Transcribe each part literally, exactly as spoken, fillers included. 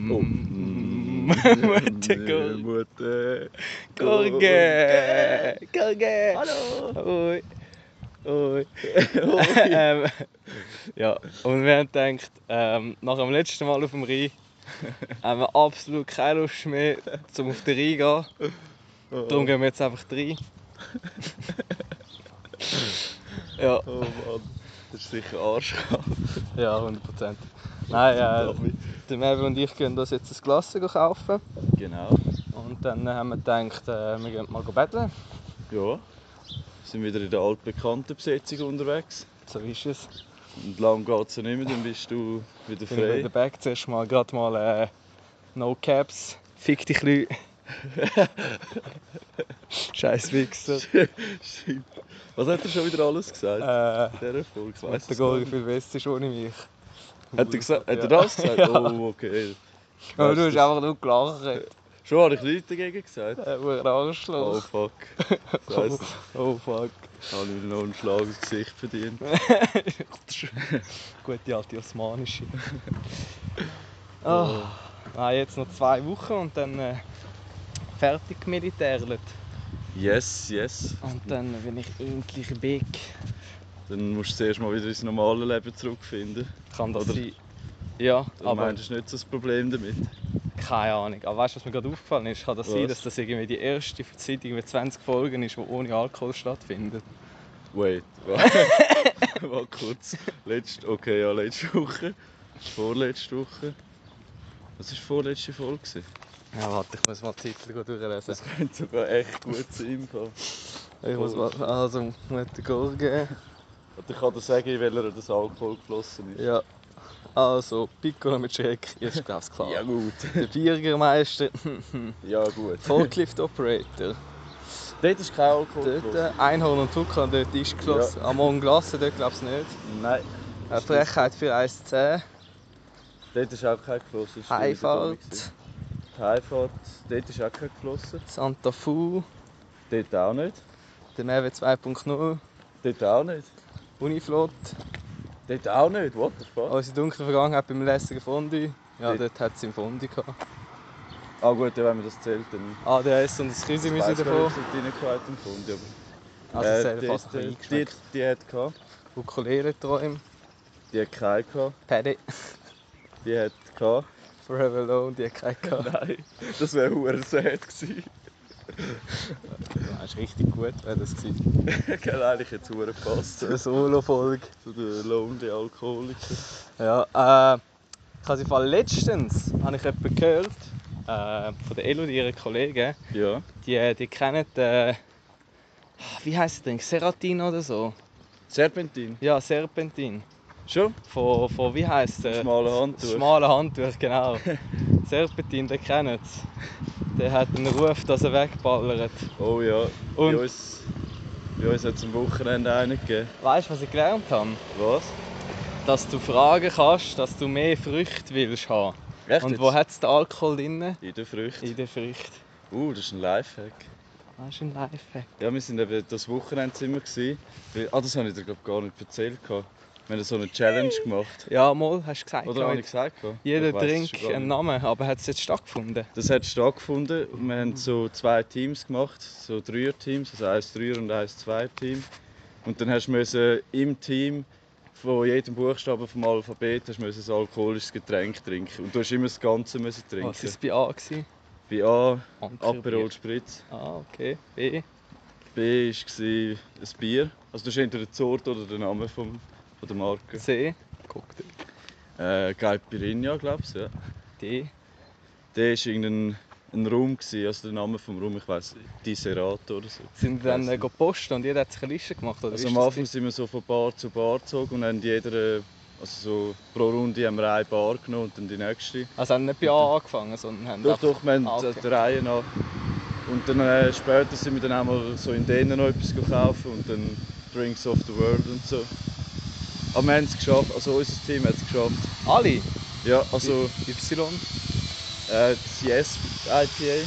Oh. Mutter, Mutter. Gurke. Gurke. Hallo. Hoi. Hoi. Hoi. ähm, ja, und wir haben gedacht, ähm, nach dem letzten Mal auf dem Rhein haben wir absolut keine Lust mehr, um auf den Rhein zu gehen. Darum gehen wir jetzt einfach rein. Ja. Oh Mann, das ist sicher arschkalt. Ja, hundert Prozent. Nein, äh, der Merve und ich gehen uns jetzt ein Glas kaufen. Genau. Und dann haben wir gedacht, äh, wir gehen mal betteln. Ja, wir sind wieder in der altbekannten Besetzung unterwegs. So ist es. Und lang geht es ja nicht mehr, dann bist du wieder Bin ich frei. wieder back. Zuerst mal gerade mal äh, No Caps. Fick dich Leute. Scheiß Wichser. Shit. Was hat er schon wieder alles gesagt? Äh, In dieser Folge? Ich weiss der es Gori gar viel besser ist ohne mich. Hat er, gesagt, hat er Ja. das gesagt? Ja. Oh, okay. Ich Aber weiss du hast das. einfach nur gelacht. Schon habe ich Leute dagegen gesagt? Äh, wo ein Oh Arschloch. fuck. Das Oh, heisst, oh fuck. ich habe wieder noch einen Schlag ins Gesicht verdient. Gute alte osmanische. Oh. Nein, jetzt noch zwei Wochen und dann äh, fertig militärlet. Yes, yes. Und dann bin ich endlich weg. Dann musst du zuerst mal wieder ins normale Leben zurückfinden. Kann das Oder- sein? Ja, Du aber meinst nicht so das Problem damit? keine Ahnung. Aber weißt du, was mir gerade aufgefallen ist? Kann das sein, Was? dass das irgendwie die erste seit irgendwie zwanzig Folgen ist, die ohne Alkohol stattfindet? Wait, warte mal kurz. Letzte, okay, ja, letzte Woche. Vorletzte Woche. Was war die vorletzte Folge? gewesen? Ja, warte, ich muss mal die Titel durchlesen. Das könnte sogar echt gut sein. im Fall. Ich muss mal, also, Mutter Gurke. Und ich kann dir sagen, in welcher das Alkohol geflossen ist. Ja. Also, Piccolo mit Schreck, ist glaube ich klar. Ja gut. Der Bürgermeister, Ja gut. Forklift Operator. Dort ist kein Alkohol Dort geflossen. äh, Einhorn und Tukan, dort ist geschlossen. Ja. Amon Glasse, dort glaube ich nicht. Nein. Eine Frechheit für eins zehn. Dort ist auch kein geflossen. das war Heifahrt, wieder da. Die Heifahrt, dort ist auch kein geflossen. Santa Fu, Dort auch nicht. der Merve zwei Punkt null, Dort auch nicht. Uniflot. Dort auch nicht. What the fuck? Unsere dunkle Vergangenheit beim lässigen Fondue. Ja, Dort- dort hat es im Fondue gehabt. Ah gut, ja, wenn man das zählt, dann... A D S und das Küsi müssen weiss gar davon. nicht, ob es nicht reingehauen im Fund, aber... Also, es äh, hat die, fast ein die, bisschen die, eingeschmeckt. die hat gehabt. Ukulele-Träume, Die hat keine gehabt. Paddy, Die hat gehabt. Forever Alone, die hat keine gehabt. Nein, das wäre hure sad gewesen. Das ist richtig gut, wäre das gewesen. Gell, eigentlich jetzt hure gepasst. Eine Solo-Folge. Zu den Lonely Alkoholiker. Ja, äh, ich habe im Fall letztens habe ich jemanden gehört, äh, von der Elodie, ihrer Kollegin, Ja. die, die kennen, äh, wie heisst der denn, Seratin oder so? Serpentin. Ja, Serpentin. Schon? Von, von wie heisst der? Schmale Das Handtuch. schmale Handtuch, genau. Serpentin, den kennt es. Der hat einen Ruf, dass er wegballert. Oh ja. Und- Bei uns, bei uns hat es am Wochenende einen gegeben. Weißt du, was ich gelernt habe? Was? Dass du fragen kannst, dass du mehr Früchte willst haben. Echt Und jetzt? wo hat es den Alkohol drin? In der Früchte. In den Früchten. Uh, das ist ein Lifehack. Das ist ein Lifehack. Ja, wir sind eben das Wochenende immer gewesen. Ah, das habe ich dir glaub, gar nicht erzählt. Wir haben so eine Challenge gemacht. Ja, mal, hast du gesagt. Oder habe ich gesagt? Jeder Ich weiss es Drink schon gar einen nicht. Namen, aber hat es jetzt stattgefunden? Das hat stattgefunden und wir haben so zwei Teams gemacht, so Dreier-Teams, also eins Dreier- und eins Zwei-Team. Und dann hast du im Team von jedem Buchstaben vom Alphabet hast du ein alkoholisches Getränk trinken. Und du musst immer das Ganze müssen trinken. Was war es bei A? Gewesen? Bei A Ankerbier. Aperol Spritz, Ah, okay. B. B war ein Bier. Also du hast entweder die Sorte oder den Namen vom, von der Marke. C. Cocktail. Äh, Caipirinha, glaube ich. Ja. D. Der war irgendein ein Rum, gewesen, also der Name vom Rum, ich weiss, Diserato oder so. Sind Ich weiss dann äh, nicht. gepostet und jeder hat sich eine Liste gemacht? Oder Also wie am ist das Anfang sind wir so von Bar zu Bar gezogen und haben jeder, äh, also so pro Runde haben wir eine Bar genommen und dann die nächste. gewesen? Also haben nicht bei A angefangen, sondern haben Doch, einfach- doch, wir haben Ah, okay. die Reihe nach. Und dann äh, später sind wir dann auch mal so in denen noch etwas kaufen und dann Drinks of the World und so. Aber wir haben es geschafft, also unser Team hat es geschafft. Alle? Ja, also Y. äh, das Yes I P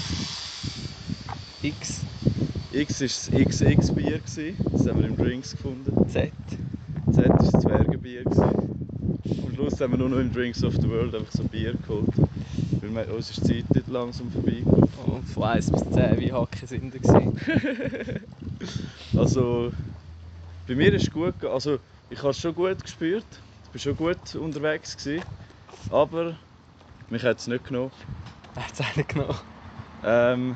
X. A. X war das X X-Bier, das haben wir im Drinks gefunden. Z. Z war das Zwergenbier. Am Schluss haben wir nur noch im Drinks of the World einfach so Bier geholt. Weil wir, uns ist die Zeit nicht langsam vorbeigegangen. Und von eins bis zehn wie Hacken sind wir. Also, bei mir ist es gut gegangen. Also, ich habe es schon gut gespürt. Ich war schon gut unterwegs gewesen, aber mich hat es nicht genommen. Hat es einen genommen? Ähm,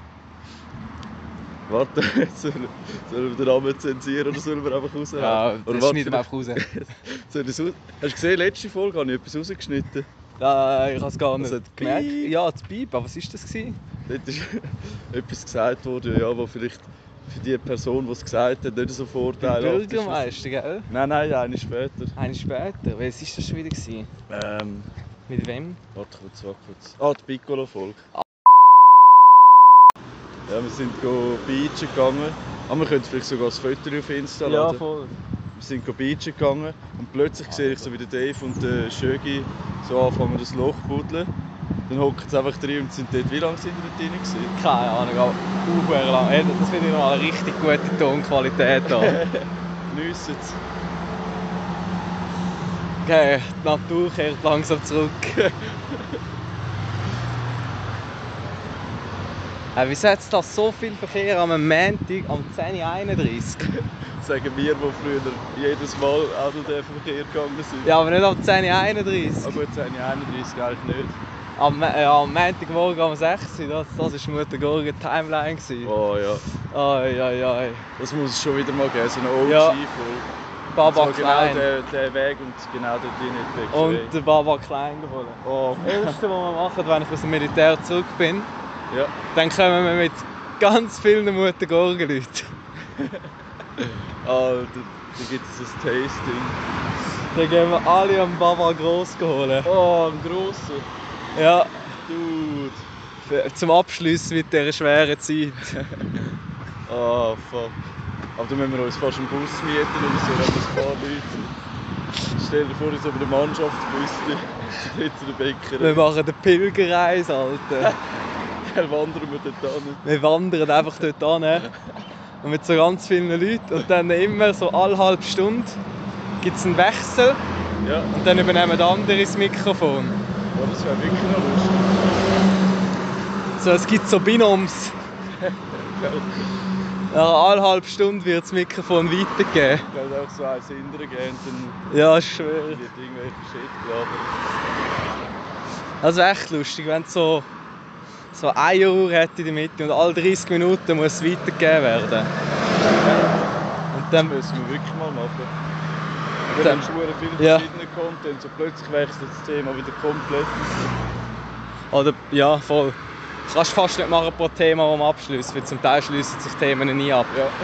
warte, sollen wir den Namen zensieren oder sollen wir einfach raushauen? Ja, Oder das was schneiden wir vielleicht- einfach raus. Soll ich das raus- Hast du gesehen, letzte Folge habe ich etwas rausgeschnitten. Ja, ich habe es gar nicht Das hat gemerkt. Piep. Ja, das Piep, aber was war das? Gewesen? Dort ist etwas gesagt worden, ja, wo vielleicht für die Person, die es gesagt hat, nicht so Der vorteilhaft ist. Bürgermeister, gell? Nein, nein, eine später. Einen später. Was war das schon wieder? Gewesen? Ähm, Mit wem? warte kurz, warte kurz. Ah, die Piccolo-Folge. Ja, wir sind go beachen gegangen. Aber wir können vielleicht sogar das Foto auf Insta laden. voll. Wir sind go beachen gegangen und plötzlich sehe ich so wie der Dave und der Schögi so anfangen das Loch zu buddeln. Dann hocken sie einfach drin und sind dort, wie lange sind wir dort drin gewesen? Keine Ahnung, aber uh, lang. Hey, das finde ich noch eine richtig gute Tonqualität da. Geniessen es. Okay, die Natur kehrt langsam zurück. Hey, wieso hat es da so viel Verkehr am Montag am zehn Uhr einunddreißig? Sagen wir, die früher jedes Mal auch durch den Verkehr gegangen sind. Ja, aber nicht am zehn Uhr einunddreißig. Ah gut, zehn Uhr einunddreißig eigentlich nicht. Am, äh, am Montagmorgen um sechs Uhr, das, das war Mutter Gorge Timeline. Gewesen. Oh ja, Ai, ai, ai. das muss es schon wieder mal geben, so eine O Ja. G-Folge. Baba so Klein. Genau den, den Weg und genau dort drin nicht Und der Baba Klein geholt. Oh, Das Erste, was wir machen, wenn ich aus dem Militär zurück bin, ja. dann kommen wir mit ganz vielen Mutter Gorge Leuten. Ah, da, da gibt es ein Tasting. Dann gehen wir alle am Baba gross holen. Oh, ein grosser. Ja, Dude. für, zum Abschluss mit dieser schweren Zeit. Ah, fuck. Aber da müssen wir uns fast einen Bus mieten oder so, wenn wir ein paar Leute. Stell dir vor, so bei der Mannschaftsbüste dort zu den Bäcker. Wir machen eine Pilgerreise, Alter. Dann wandern wir dort hin. Wir wandern einfach dort hin. Und mit so ganz vielen Leuten. Und dann immer so alle halbe Stunde gibt es einen Wechsel. Ja, Und dann übernehmen die anderen das Mikrofon. oh, das wäre wirklich noch lustig. So, es gibt so Binoms. Nach alle halbe Stunde wird das Mikrofon weitergegeben. Ich werde auch so eins hinterher gehen und Ja, ich schwöre. dann wird irgendwelche Shit gelabert. Das wäre echt lustig, wenn es so, so eine Uhr hätte in der Mitte und alle dreißig Minuten muss es weitergegeben werden. Und Das dann, müssen wir wirklich mal machen. Wenn Dann- dann schon viel Ja. verschiedene Content, so plötzlich wechselt das Thema wieder komplett. oder, ja, voll. Das kannst du fast nicht machen pro Thema, das man abschließt, weil zum Teil schliessen sich Themen nie ab. Ja.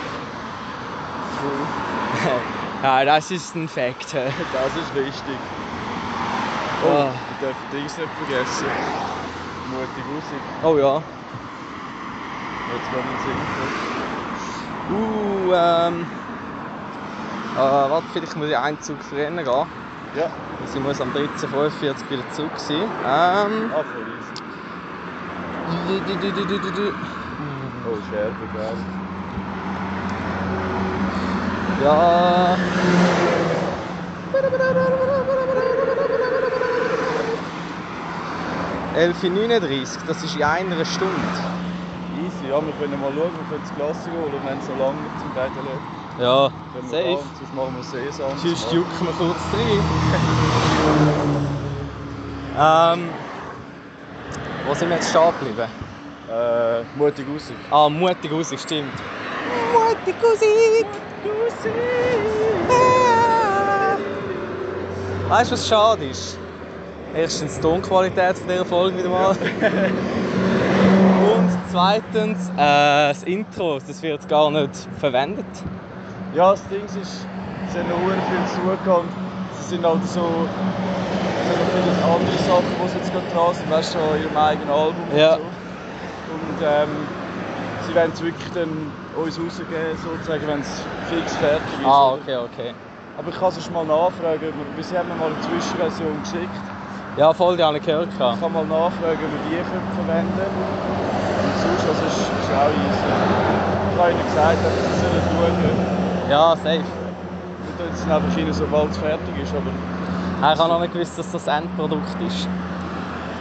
Ja, das ist ein Fakt. hä? Das ist wichtig. Oh, Ah. wir dürfen Dings nicht vergessen. Mutig Musik. Oh ja. Jetzt mal den Sinn. Uh, ähm. Äh, warte, vielleicht muss ich einen Zug früher gehen. Ja. Also ich muss am dreizehn Uhr fünfundvierzig wieder zurück sein. Ähm. Ah, voll easy. Du, du, du, du, du, du, du. Oh, Scherbe, geil. Ja. elf Uhr neununddreißig, das ist in einer Stunde. Easy, ja, wir können mal schauen, wir können das Klasse holen, wir haben so lange zum Bädeln. Ja, Können wir safe. gehen, sonst machen wir Sesam. Sonst jucken wir kurz rein. ähm, wo sind wir jetzt stehen geblieben? Äh, mutig Musik. Ah, mutig Musik, stimmt. Mutig Musik! Ah. Weißt du, was schade ist? Erstens die Tonqualität von dieser Folge wieder mal. Und zweitens äh, das Intro, das wird gar nicht verwendet. Ja, das Ding ist, sie haben noch verdammt viel zu tun gehabt. Sie sind halt so. Es sind noch viele andere Sachen, die sie jetzt gerade dran sind, weißt du, an ihrem eigenen Album Ja. und so. Und ähm, sie werden es wirklich dann uns rausgeben, sozusagen, wenn es fix fertig ist. Ah, oder? okay, okay. Aber ich kann sonst mal nachfragen, ob wir, sie haben mir mal eine Zwischenversion geschickt. Ja, voll, die habe ich gehört. Ich kann mal nachfragen, ob wir die können verwenden können. Und sonst, also es ist, ist auch easy. Ich habe ihnen gesagt, dass sie sollen schauen. Ja, safe. Und dann sind einfach rein, sobald es fertig ist. Aber Ich habe noch nicht gewusst, dass das Endprodukt ist.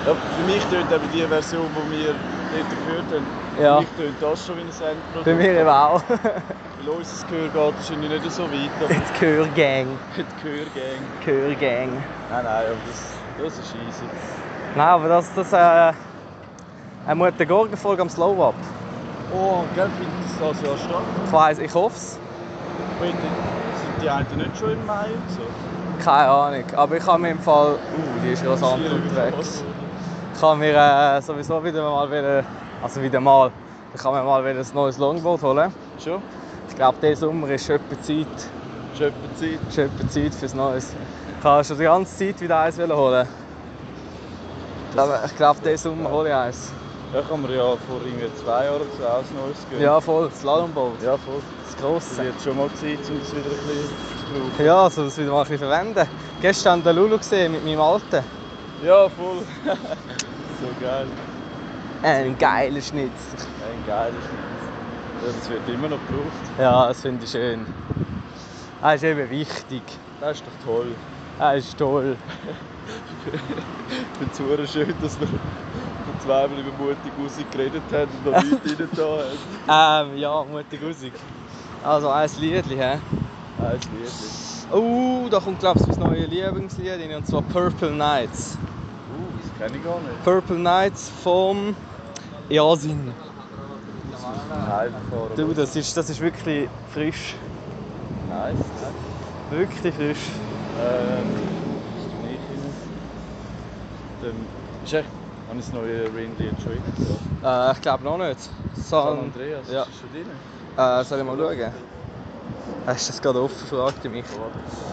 Ja, für mich tönt eben die Version, die wir dort gehört haben, Ja. für mich tönt das schon wie ein Endprodukt. Bei mir eben auch. Weil unser Gehör geht wahrscheinlich nicht so weit, aber Die Chörgang. die Gehörgang. Chörgang. Nein, nein, aber das, das ist easy. Nein, aber das, das äh, eine Mutter-Gorgen-Folge am Slow-Up. Oh, gell, findet das Jahr statt? Ich weiss, ich hoffe es. Sind die einen nicht schon im Mai und so? Keine Ahnung, aber ich habe mir im Fall... Uh, die ist rasant unterwegs. Ich habe mir äh, sowieso wieder mal wieder... Also wieder mal... Ich kann mir mal wieder ein neues Longboard holen. Schon? Ich glaube, diesen Sommer ist etwa Zeit, Schon etwa Zeit? ist etwa Zeit fürs Neues. Ich habe schon die ganze Zeit wieder eins holen. Ich glaube, ich glaube diesen Sommer hole ich eins. Ja, kann man ja vor irgendwie zwei Jahren oder so auch ein neues gehen. Ja, voll, das Slalomboard. Ja, voll. Das Es grosse. wird schon mal Zeit, um das wieder ein bisschen zu brauchen. Ja, also das wieder mal ein bisschen verwenden. Gestern den Lulu gesehen mit meinem Alten. Ja, voll. So geil. Ein geiler Schnitz. Ein geiler Schnitt. Ja, das wird immer noch gebraucht. Ja, das finde ich schön. Das ist eben wichtig. Das ist doch toll. Das ist toll. Ich finde es super schön, dass wir vor zwei Mal über mutig Musik geredet haben und noch Leute rein da haben. Ähm, ja, mutig Musik. Also ein Liedli, hä? Ah, ein Liedchen. Oh, da kommt glaube ich das neue Lieblingslied rein, und zwar Purple Nights. Uh, das kenne ich gar nicht. Purple Nights vom Yasin. Das muss man heimfahren. Du, das ist, das ist wirklich frisch. Nice. Wirklich frisch. Ähm, ist du nicht rein? Dann ist echt... Habe ich das neue Rindy Trick? Äh, ich glaube noch nicht. San San Andreas, ja. ist das schon drin? Äh, soll ich mal schauen? Hast du das gerade offen, fragte mich. Oh,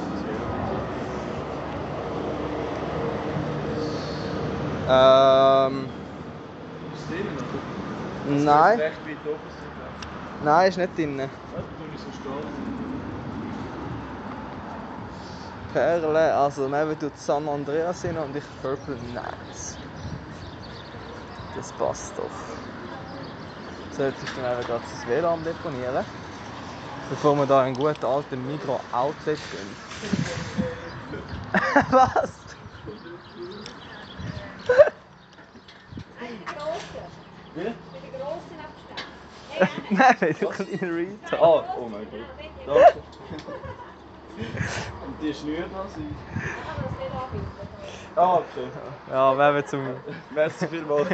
Ähm, ist es drin? oder? nein, Das recht weit oben sind. nein, ist nicht drin. Ja, da tue ich so stehen. Perle, also Merve tut San Andreas hin und ich Purple Nights. Das passt doch. Sollte ich dann eben gerade das W L A N deponieren, bevor wir da einen guten alten Migros Outlet gehen. Was? Wie? Mit der grossen Abstand. Nein, nein, du kleiner Retard. Ah, oh mein Gott. Danke. Und die Schnüre dran sind? Ich kann das nicht anbieten. Ah, okay. Ja, Merve zum... Merci vielmals.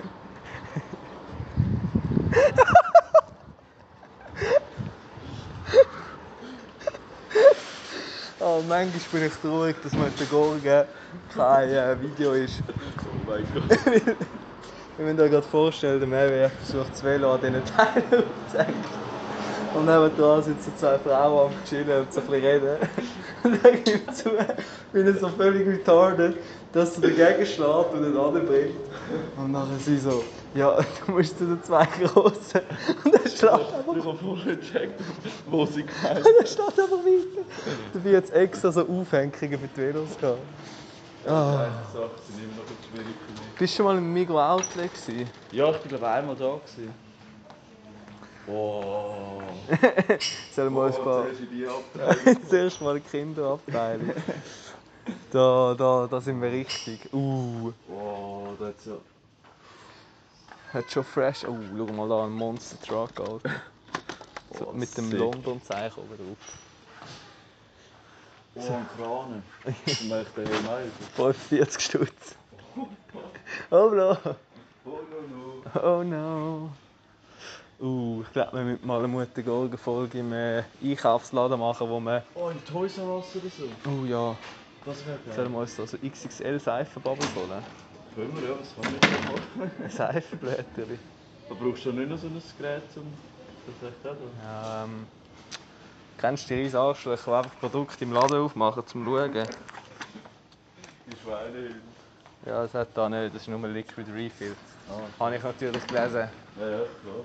Oh, manchmal bin ich traurig, dass mit der Gorge kein äh, Video ist. Oh mein Gott. Ich mir da gerade vorstellen, der Merve versucht das Velo an diesen Teilen aufzuhängen. Und nebenan sitzen zwei Frauen am Chillen und so ein bisschen reden. Und er gibt zu, bin ich so völlig retarded, dass er dagegen schlägt und nicht anbringt. Und nachher sie so, ja, du musst zu den zwei Grossen. Und er schlägt einfach. Ich habe vorher gecheckt, wo sie gemeint Und er steht einfach weiter. Dabei jetzt extra so Aufhängungen für die Velos gehabt. Die Sachen sind immer noch ein bisschen schwierig für mich. Bist du schon mal im Migros Outlet gewesen? Ja, ich bin glaube einmal da gewesen. Oh. Sollen wir uns Oh, mal... zuerst in die Abteilung. Zuerst mal die Kinderabteilung. Da, da, da sind wir richtig. Uh, Oh, das ist ja... hat schon fresh. Uh, schau mal da, ein Monster Truck, Alter. So, Oh, mit dem sick. London-Zeichen oben drauf. Oh, ein Kran. Ich möchte den mal. fünfundvierzig Stutz. Oh no. Oh no no. Oh no. Uh, ich glaube, wir müssen mal eine Mutter Gorgen-Folge im äh, Einkaufsladen machen, wo wir... Oh, in Toys R Us oder so. Oh ja. Das wäre geil. Sollen wir uns da so X X L Seifenbubbles holen? Können wir, ja, das kann ich nicht machen. Ein Seifenblättchen. Da brauchst du nicht noch so ein Gerät, um das echt auch Ähm, kennst du die riesen Arschlöcher, die einfach Produkte im Laden aufmachen, zum Schauen? Die Schweine. Ja, das hat da nicht, das ist nur Liquid Refill. Ah, Habe ich natürlich gelesen. ja, ja, klar.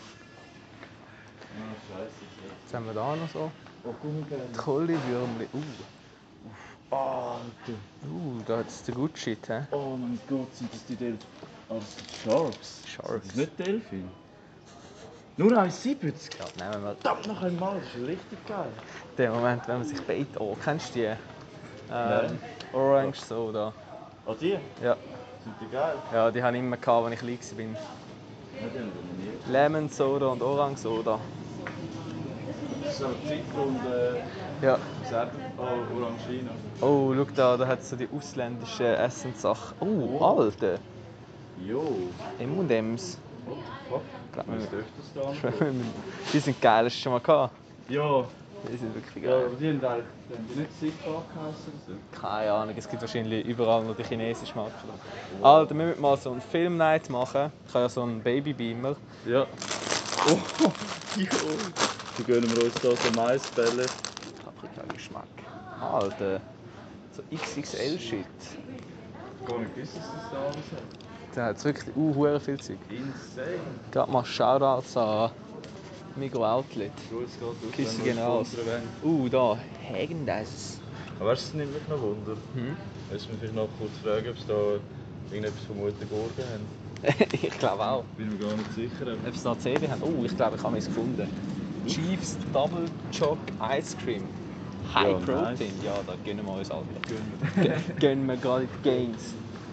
Ah, scheiße. Was haben wir da noch so? Oh, Gummibärchen. Die Kohlewürmli. Uh, Alter. uh, da hat es den Good Shit, hä? Oh mein Gott, sind das die Delfine? Ah, das sind Sharks. Sharks. Sind das nicht Delfine? Nur eins siebzig? Ja, nehmen wir Verdammt noch einmal, das ist richtig geil. den Moment, wenn man sich beit. Oh, kennst du die? Ähm, Nein. Orange Soda. Ah, die? Ja. Sind die geil? Ja, die habe ich immer gehabt, als ich klein war. Ja, die haben wir noch nie. Lemon Soda und Orange Soda. So, Zitro und äh, Ja. Serben. Oh, Orangino. Oh, schau da, da hat es so die ausländischen Essenssachen. Oh, Oh. Alter. Jo. M und M's. What the fuck? Glaub Was mir. dürfte das da noch? Die sind geil, hast du schon mal gehabt? Ja. Die sind wirklich Ja, geil. aber die haben eigentlich haben die nicht Zitro geheißen oder so? Keine Ahnung, es gibt wahrscheinlich überall noch die chinesische Marke. Alter, wir müssen mal so einen Film-Night machen. Ich habe ja so einen Baby-Beamer. Ja. Oh, jo. Dann gönnen wir uns da so Maisbälle. Paprika-Geschmack. Alter, so X X L-Shit. Gar nicht gewusst, dass das da alles hat. Da hat es wirklich uh, hure viel Zeug. Insane. Gerade mal Shoutouts an Migros Outlet. Grüß Gott, aus, Küsse wenn wir gehen raus. sponsern Uh, wollen. da, Häagen-Dazs. Aber weißt du, es nimmt mich noch Wunder. Hm? Willst du mich vielleicht noch kurz fragen, ob sie da irgendetwas von Mutter Gurgen haben? Ich glaube auch. Bin mir gar nicht sicher. Ob sie da C D haben? Oh, ich glaube, ich habe es gefunden. Chiefs Double Choc Ice Cream. High Ja, Protein. nice. Ja, da gönnen wir uns alle. G- Gönnen wir gerade die Gains.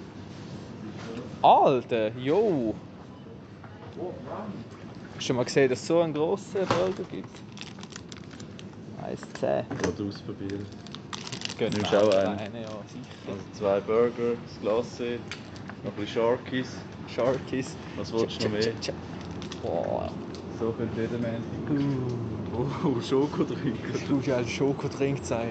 Alter, yo! Hast du schon mal gesehen, dass es so einen grossen Burger gibt? eins zehn. Gerade ausprobieren. Gönnen Nimmst wir auch alle einen? einen, ja, sicher. Also zwei Burger, das Glacé, noch ein bisschen Sharkies. Sharkies. Was willst du noch mehr? Boah. So könnte jeder Mensch. Uh. Oh, Schokodrink. Du hast ja eine Schokotrinkzeit.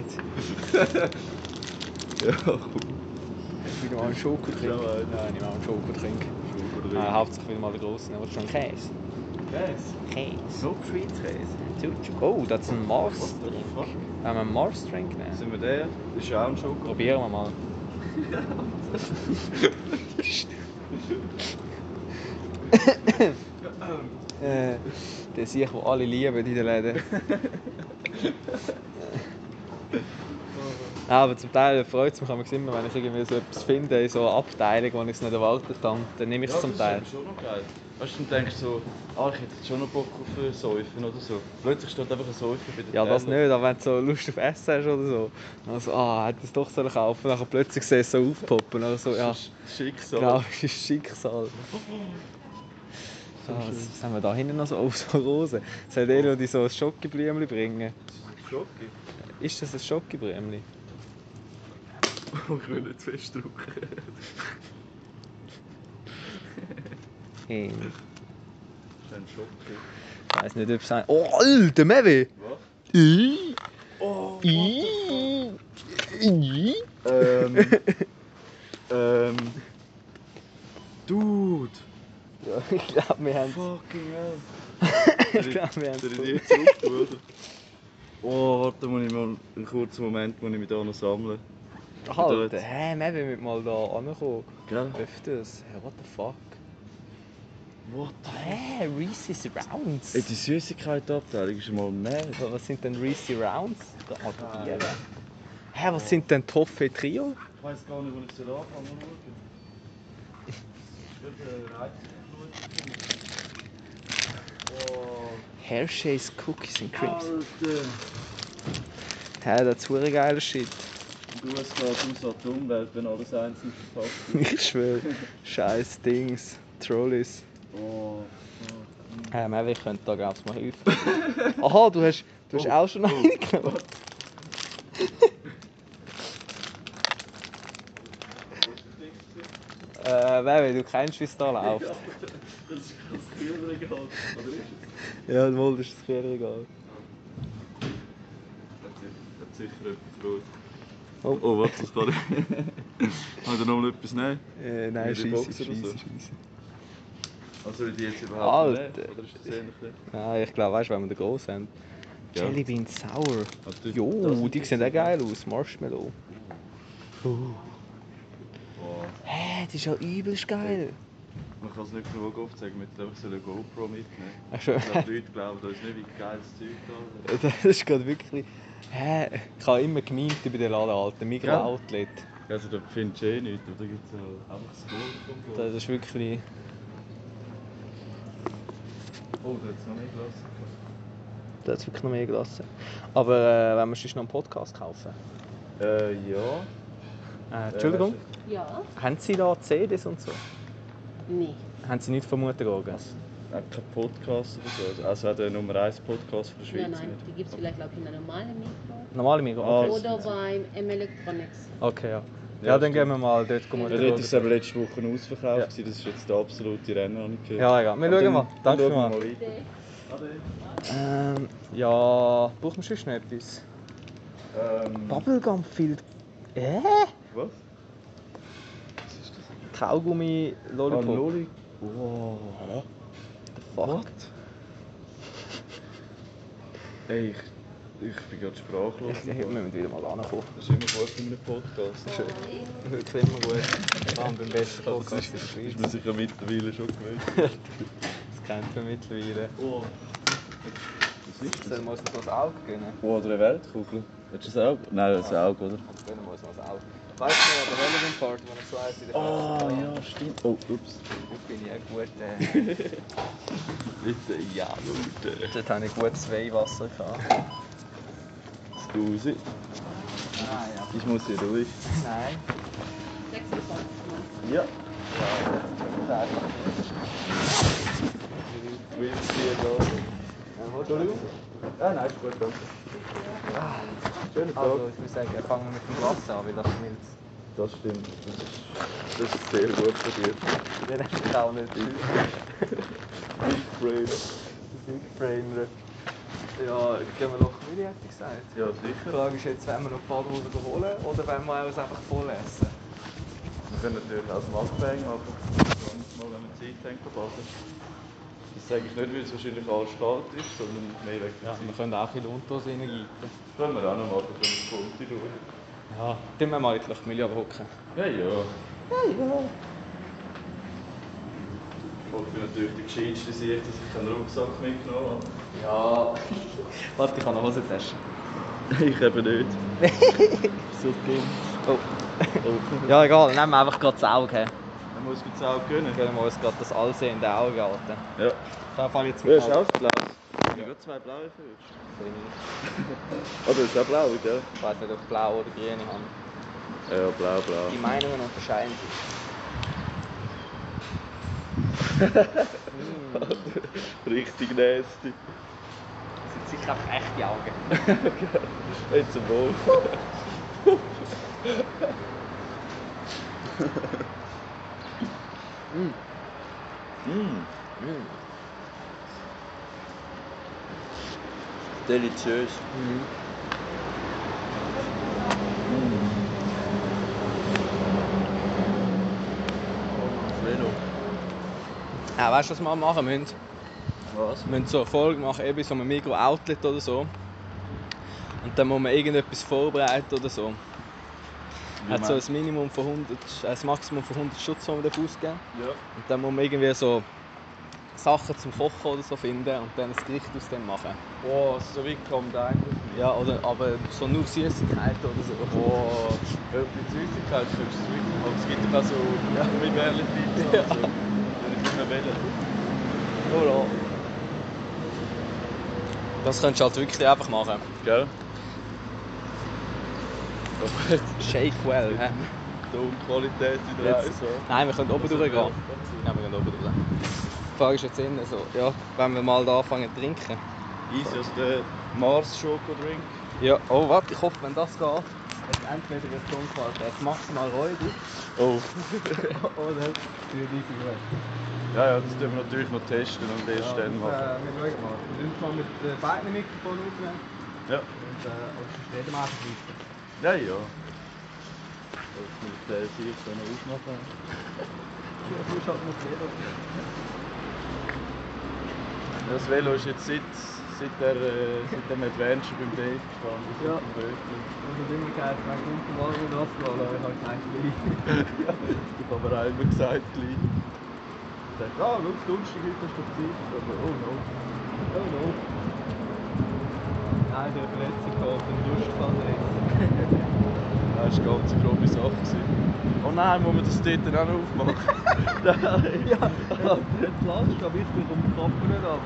Ja, komm. Ich will mal einen Schokotrink. Ja, Alter. Nein, ich will mal einen Schokotrink. Schokodrink. Nein, hauptsächlich will ich mal den grossen nehmen. Was ist schon Käse? Käse? Käse. So Creed-Käse? Oh, das ist ein What the Mars-Drink. fuck? Wollen wir einen Mars-Drink nehmen? Sind wir der? Das ist ja auch ein Schoko. Probieren wir mal. äh, der Sieg, den alle lieben in den Läden. Ja, aber zum Teil freut es mich immer, wenn ich irgendwie so etwas finde in so einer Abteilung, wo ich es nicht erwartet habe. Dann nehme ich es Ja, zum Teil. Das ist schon noch geil. Weißt du, dann denkst du so, ah, ich hätte jetzt schon noch Bock auf ein Säufen oder so. Plötzlich steht einfach ein Säufen bei der Ja, das Teller. nicht, aber wenn du so Lust auf Essen hast oder so. Also, ah, hätte ich es doch sollen kaufen. Dann plötzlich sehe ich es so aufpoppen. Oder so, ja, Das ist Schicksal. genau, das ist Schicksal. So Ah, schön. was, was haben wir da hinten noch so? Oh, so Rosen. Soll der noch die so ein Schokiblümchen bringen? Schoki? Ist das ein Schokiblümchen? Oh, ich will nicht zu fest drücken. Hey. Das ist ein Schoki. Ich weiss nicht, ob es ein... Oh, Alter, Mevi! Was? I. Oh, I. I. Ähm. ähm. Dude! Ja, ich glaube, wir haben Fucking hell! Ich glaube, wir haben Soll es. ich die jetzt aufbauen, oder? Oh, warte, muss ich mal einen kurzen Moment muss ich mich da noch sammeln. Alter, hä, wir müssen mal da ankommen. Gell? Öfters. Hä, what the fuck? What the Hä, Reese's Rounds. Ey, die Süßigkeitenabteilung ist mal mad. Aber was sind denn Reese's Rounds? Da mal probieren. Hä, was sind denn Toffee Trio? Ich weiß gar nicht, wo ich soll anfangen soll. Oh, Hershey's Cookies and Creams. Alter! Hä, das ist verdammt geiler Shit. Du, es geht um so die Umwelt, wenn alles einzeln verpackt ist. Ich schwöre. Scheiß Dings. Trolleys. Oh, Hä, Mevi, ich könnte da glaubst mal helfen. Aha, du hast, du hast Oh, auch schon oh, eine genommen. Äh, Mevi, du kennst, wie es da läuft. das ist das Kühlregal, oder ist es? Ja, wohl, das ist das Kühlregal. Hat sicher etwas gut. Oh. Oh, was ist das da? Kann ich noch mal etwas nehmen? Äh, nein, Wie die scheisse, Box oder scheisse, so? scheisse. Also soll ich die jetzt überhaupt noch Alter. nehmen? Oder ist das eher ein bisschen... Nein, ich glaube, weißt du, wenn wir den grossen haben. Ja. Jelly Bean Sour. Ah, du- das Jo, sind die sehen auch so- geil aus. Marshmallow. Oh. Hä, das ist ja übelst geil. Man kann es nicht genug aufzeigen, mit einfach so eine GoPro mitnehmen. Ach schon. Ich glaube, die Leute glauben uns nicht, wie geil das Zeug da ist. Das ist gerade wirklich... Hä, ich habe immer gemimt über den Laden, Alter. Migros Ja. Outlet. Also da findest du eh nichts, aber da gibt es einfach das Gold vom Gold. Das ist wirklich... Oh, da hat es noch mehr Glas. Da hat wirklich noch mehr gelassen. Aber äh, wenn wir sonst noch einen Podcast kaufen? Äh, ja. Äh, Entschuldigung, Ja? haben Sie da C Ds und so? Nee. Haben Sie nicht vermutet, Orgen? Auch kein Podcast oder so. Also auch der Nummer eins Podcast von der Schweiz Nein, nein, nicht. die gibt es vielleicht, glaube ich, in einer normalen Mikro. Normale Mikro? Ah, Okay. das Oder sind sie. beim M Electronics. Okay, ja. Ja, Ja, dann gehen wir stimmt. mal dort mal Ja, dort war es eben letzte Woche ausverkauft. Ja. Ja. Das ist jetzt der absolute Renner, habe ich gehört. Ja, egal. Wir Aber schauen dann- mal. dann Danke schauen wir mal. mal weiter. Ähm, ja, brauchen wir sonst noch etwas? Ähm, Bubblegum Field. Äh? was? Kaugummi Lollipop. Ah, Lolli. Wow. Fuck. What? Ey, ich, ich bin gerade sprachlos. Ich, wir müssen wieder mal ankommen. Das ist immer gut in einem Podcast. Das ist wirklich immer gut. Vor allem beim besten Das Podcast ist, in der ist Schweiz. man sicher mittlerweile schon gewöhnt. Das kennt man mittlerweile. Oh. Was ist Sollen wir uns noch das Auge gönnen? Oh, oder eine Weltkugel. Hättest du das Auge? Nein, das ist ein Auge, oder? Dann gönnen wir uns noch das Auge. Weißt du noch, der Relevant Part, wenn ich so eins in der Oh, Fresse ja, stimmt. Oh, ups. Dort bin ich auch gut. Äh, Bitte, ja, Leute. dort hatte ich gutes Weihwasser. Scusi. Nein, ja. Ich muss hier durch. Nein. sechsundzwanzig Mal. Ja. Nein. Entschuldigung? Ah, nein, ist gut, danke. Schönen Tag. Also, ich würde sagen, fangen wir mit dem Glas an, weil das schmilzt. Das stimmt. Das ist, das ist sehr gut von dir. Den hätte ich auch nicht viel. Frame. Big Framer. Ja, gehen wir noch Mühle, hätte ich gesagt. Ja, Die sicher. Frage ist jetzt, wollen wir noch Badhose holen oder wollen wir uns einfach voll essen? Wir können natürlich auch das Mukbang machen. Mal, wenn wir Zeit haben, baden. Das sage ich nicht, weil es wahrscheinlich alles kalt ist, sondern mehr wegen der Ja, wir Zeit. können auch in Luntos reingehen. Das können wir auch noch machen, wenn wir das Konti schauen. Ja, dann wir mal in die Mühle hocken. Ja, ja. Ich bin natürlich der Gescheitste, sehe ich, dass ich keinen Rucksack mitgenommen habe. Ja. Warte, ich habe eine Hosentasche. Ich eben nicht. So dumm. Oh. Ja, egal, nehmen wir einfach gerade das Auge. Man muss jetzt auch gönnen. Dann können wir uns gerade das allsehende Auge halten. Ja. Da fall jetzt Ja, ist auch blau. Ich habe gerade zwei blaue verwünscht. Oder ist auch blau, gell? Ich weiß nicht, ob ich blau oder grün habe. Ja, blau, blau. Die Meinungen unterscheiden sich. Richtig nasty. Das sind sicher einfach echte Augen. Jetzt zum Wohl. Mm. Mm. Mm. Deliziös. Mhm. Velo. Ja, weißt du, was wir machen müssen? Was? Wir müssen so eine Folge machen, eben so einem Migros-Outlet oder so. Und dann muss man irgendetwas vorbereiten oder so. Wie Hat so meinst ein Minimum von hundert, ein Maximum von hundert Stutz, das man ausgeben darf. Ja. Und dann muss man irgendwie so Sachen zum Kochen oder so finden und dann ein Gericht aus dem machen. Boah, so wie kommt eigentlich. Ja, oder aber so nur Süßigkeiten oder so. Boah, ja, mit Süßigkeit kannst du es wirklich. Aber es gibt doch auch so Gummibärchen-Pizza und so. Wenn ich immer wählen. Ja. Das könntest du halt wirklich einfach machen. Gell? Aber Shake well, hä? Tonqualität wieder Jetzt- so. Nein, wir können oben Also, durchgehen. ja. Ja, wir können oben durch. Die Frage ist jetzt innen so, ja, wenn wir mal da anfangen zu trinken. Easy als der Mars Schokodrink. Ja, oh warte, ich hoffe, wenn das geht, hat entweder eine Tonqualität maximal räudig Oh. oder für diese gut. Ja, ja, das tun wir natürlich noch testen und erst dann machen. Äh, wir schauen mal. Wir müssen mal mit äh, beiden Mikrofonen aufnehmen Ja. und äh, uns reden wir einfach weiter. Ja, ja. Das muss der sich dann ausmachen. Ja, du musst halt noch reden. Das Velo ist jetzt seit, seit, der, äh, seit dem Adventure beim Dave gestanden. Ja. Vom Bötchen. Und dann immer gesagt, man kommt mal und das gehen, aber ich habe gesagt, gleich. Ich habe aber auch immer gesagt, gleich. Ich dachte, ah, schau, Donnerstag heute hast du Zeit. Aber oh no. Oh no. Nein, der Verletzung geht den Brustfallriss. Das war eine ganz grobe Sache. gewesen. Oh nein, muss man das dort dann auch noch aufmachen? Nein. Ja, jetzt lass du, aber ich bekomme den Kopf nicht ab.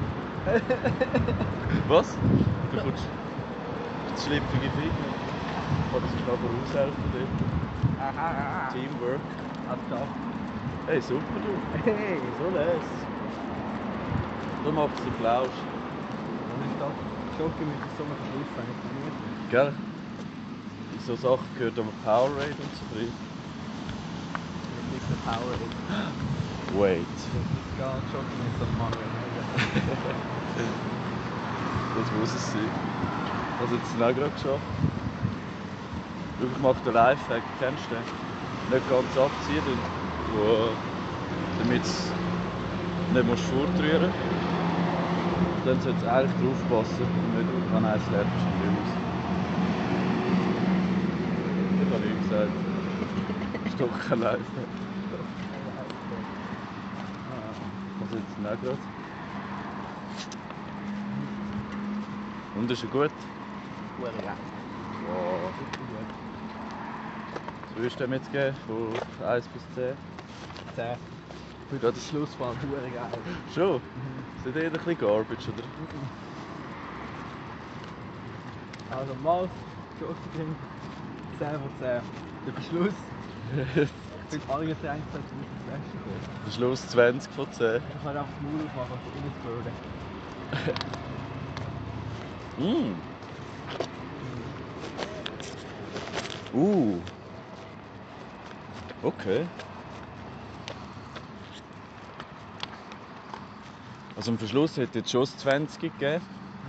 Was? Du bekommst das schlüpfige Finger. Ich kann das schnell voraushelfen dort. Aha. Teamwork. Hat's geschafft. Hey, super du. Hey, so das. Du machst ein bisschen Plausch. Und ist das Schoki mit so einem Verschluss eigentlich gemütlich. Gell? In so Sachen gehört aber Powerade und so drin. Das ist nicht der Power ist. Wait. Das ist gar nicht Schoki mit so einem Manuel. Das muss es sein. Was hat es denn auch gerade geschafft? Schau, ich mache den Lifehack, kennst du den? Nicht ganz abziehen, und wo, damit es nicht musst fortrühren musst. Dann sollte es eigentlich drauf passen und nicht an eins lernt schon raus. Ich habe nicht gesagt. Das ist doch kein Lifehack. Was jetzt denn auch gerade? Und ist er gut? Hure geil. Wow. Richtig gut. Was würdest du dem jetzt geben? Von eins bis zehn? zehn. Für Ja, den das- Schlussfall hure geil. Schon? Ist nicht eher ein bisschen Garbage, oder? Also Maus, Schoki zehn von zehn. Der Verschluss. Mit allen Getränken hat es nicht das Beste gekommen. Der Schluss zwanzig von zehn. Ich kann einfach das Maul aufmachen und reinspülen. Mm. Uh. Okay. Also am Verschluss hätte jetzt schon das zwanzig gegeben.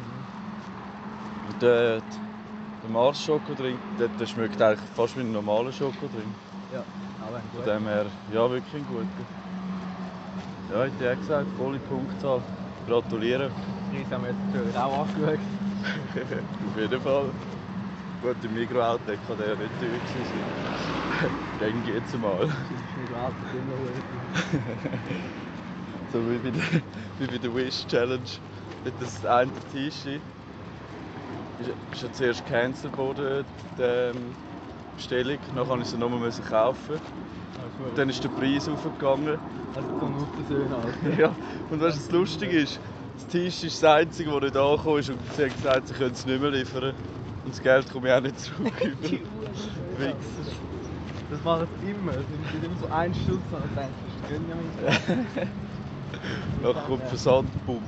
Und der, der Mars Schokodrink, der, der schmeckt eigentlich fast wie ein normaler Schokodrink. Ja, aber ein Von guter. dem her, ja, wirklich ein guter. Ja, ich hätte auch gesagt, volle Punktzahl. Gratuliere. Die Preise haben wir jetzt natürlich auch angeschaut. Auf jeden Fall. Gut, im Mikro-Outlet kann der ja nicht teuer gewesen sein. Dann geht's mal. Das ist nicht wahr, das ist immer hure. So wie bei der, wie bei der Wish Challenge. Mit das eine T-Shirt. Ist, ist ja zuerst gecancelt worden, die ähm, Bestellung. Dann musste ich sie nochmal kaufen. Und dann ist der Preis aufgegangen. Also zum Aufversöhnen, Alter. Ja, und weißt du, was lustig ist? Das T-Shirt ist das einzige, das nicht angekommen ist. Und sie haben gesagt, sie können es nicht mehr liefern. Und das Geld komme ich auch nicht zurück. Die Wichser. Das machen sie immer. Es sind immer so ein Stutz und dann denkst du, das gönn ja nicht. Nachher kommt Versandpump.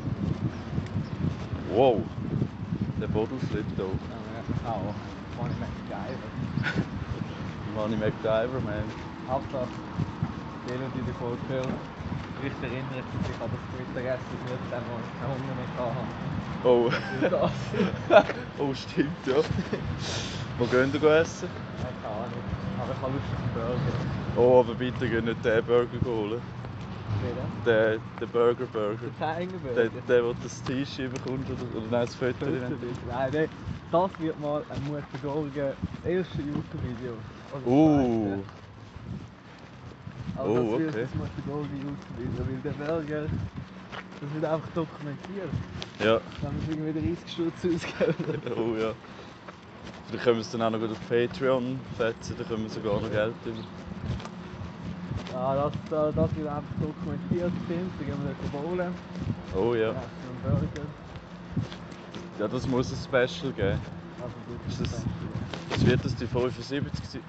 Wow, der Boden flippt auf. Auch. Money MacGyver. Money MacGyver, man. Hauptsache, die Leute, die die Folge hören, vielleicht erinnern sie sich an das Mittagessen, das wir dann noch keinen Hunger mehr hatten. Oh. Für das. Oh, stimmt, ja. Wo gehen wir essen? Keine Ahnung. Aber ich habe Lust auf einen Burger. Oh, aber bitte geh nicht den Burger holen. Wieder? Den, den Burger Burger. Der Zeigenburger. Der, der, der das T-Shirt bekommt oder, oder nein, das Foto. Nein, nein, das wird mal ein Mutter-Gorgen erstes YouTube-Video. Oder das Uh. zweite. Also Oh, das wird okay. das Mutter-Gorgen YouTube-Video, weil der Burger, das wird einfach dokumentiert. Ja. Dann müssen wir wieder dreißig Stutz ausgeben. Oh ja. Vielleicht können wir es dann auch noch gut auf Patreon fetzen, dann können wir sogar noch Geld über. Ja, das, das, das wird einfach dokumentiert, stimmt. Dann gehen wir dort bowlen. Oh ja. Dann essen wir einen Burger. Ja, das muss ein Special geben. Also gut, Ist das- denke Was wird das, die fünfundsiebzig sein?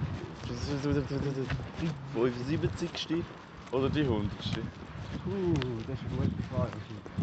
fünfundsiebzigste oder die hundertste? ich. Uh, das ist eine gute Frage.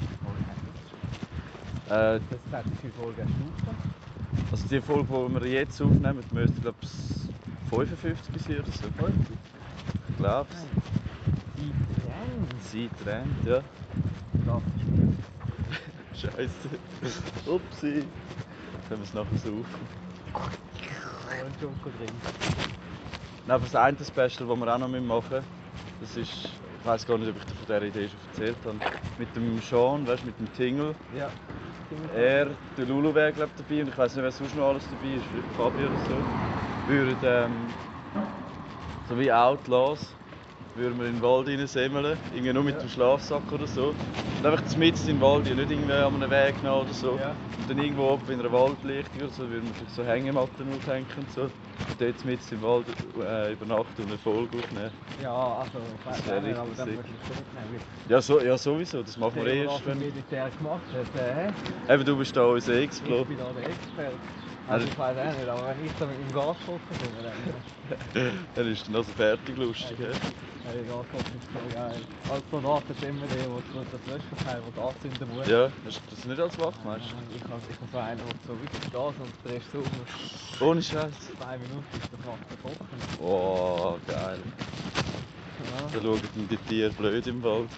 Äh, Das hat wie viele Folgen hast du aufgenommen? also die Folge, die wir jetzt aufnehmen, die müsste glaube ich fünfundfünfzig sein oder so. fünfzig? Ich glaube es. Die Trends. Sie trennt, ja. Das ist gut. Scheiße. Upsi. Jetzt haben wir es nachher so auf. Ein Schokodrink. Nein, aber das eine Special, das wir auch noch machen müssen, das ist, ich weiß gar nicht, ob ich dir von dieser Idee schon erzählt habe, mit dem Sean, weißt du, mit dem Tingle. Ja. Er, der Lulu wäre glaube ich dabei und ich weiß nicht, wer sonst noch alles dabei ist, vielleicht Fabi oder so. Würden ähm, so wie Outlaws, würden wir in den Wald reinsemmeln, irgendwie nur mit Ja. dem Schlafsack oder so. Und einfach mitten in den Wald, nicht irgendwie an einem Weg nach oder so. Ja. Und dann irgendwo oben in einer Waldlichtung oder so, würden wir vielleicht so Hängematten aufhängen und so. Und dort mitten im Wald äh, übernachten und eine Folge aufnehmen. Ja, also ich weiß Das wär nicht, aber richtig dann sick. musst du es mitnehmen. Ja, so, ja sowieso, das machen wir Der, erst, was wenn... Militär gemacht hat, äh, Eben, du bist da unser ich Explo. bin da der Experte. Also ich weiß auch nicht, aber wenn ich da mit dem Gas kochen komme, dann... Dann ist dann also fertig lustig. Ja. Hey, Gaskochen ist so geil. Als Soldat ist immer der, der das Löschverteil anzünden muss. Ja, hast du das nicht als Wachmeister? Ich habe ich hab so einen, der so wirklich steht und drehst so um. Ohne Scheiß. Zwei Minuten ist das Wasser kochen. Oh, geil. Ja. Da schauen dann die Tiere blöd im Wald.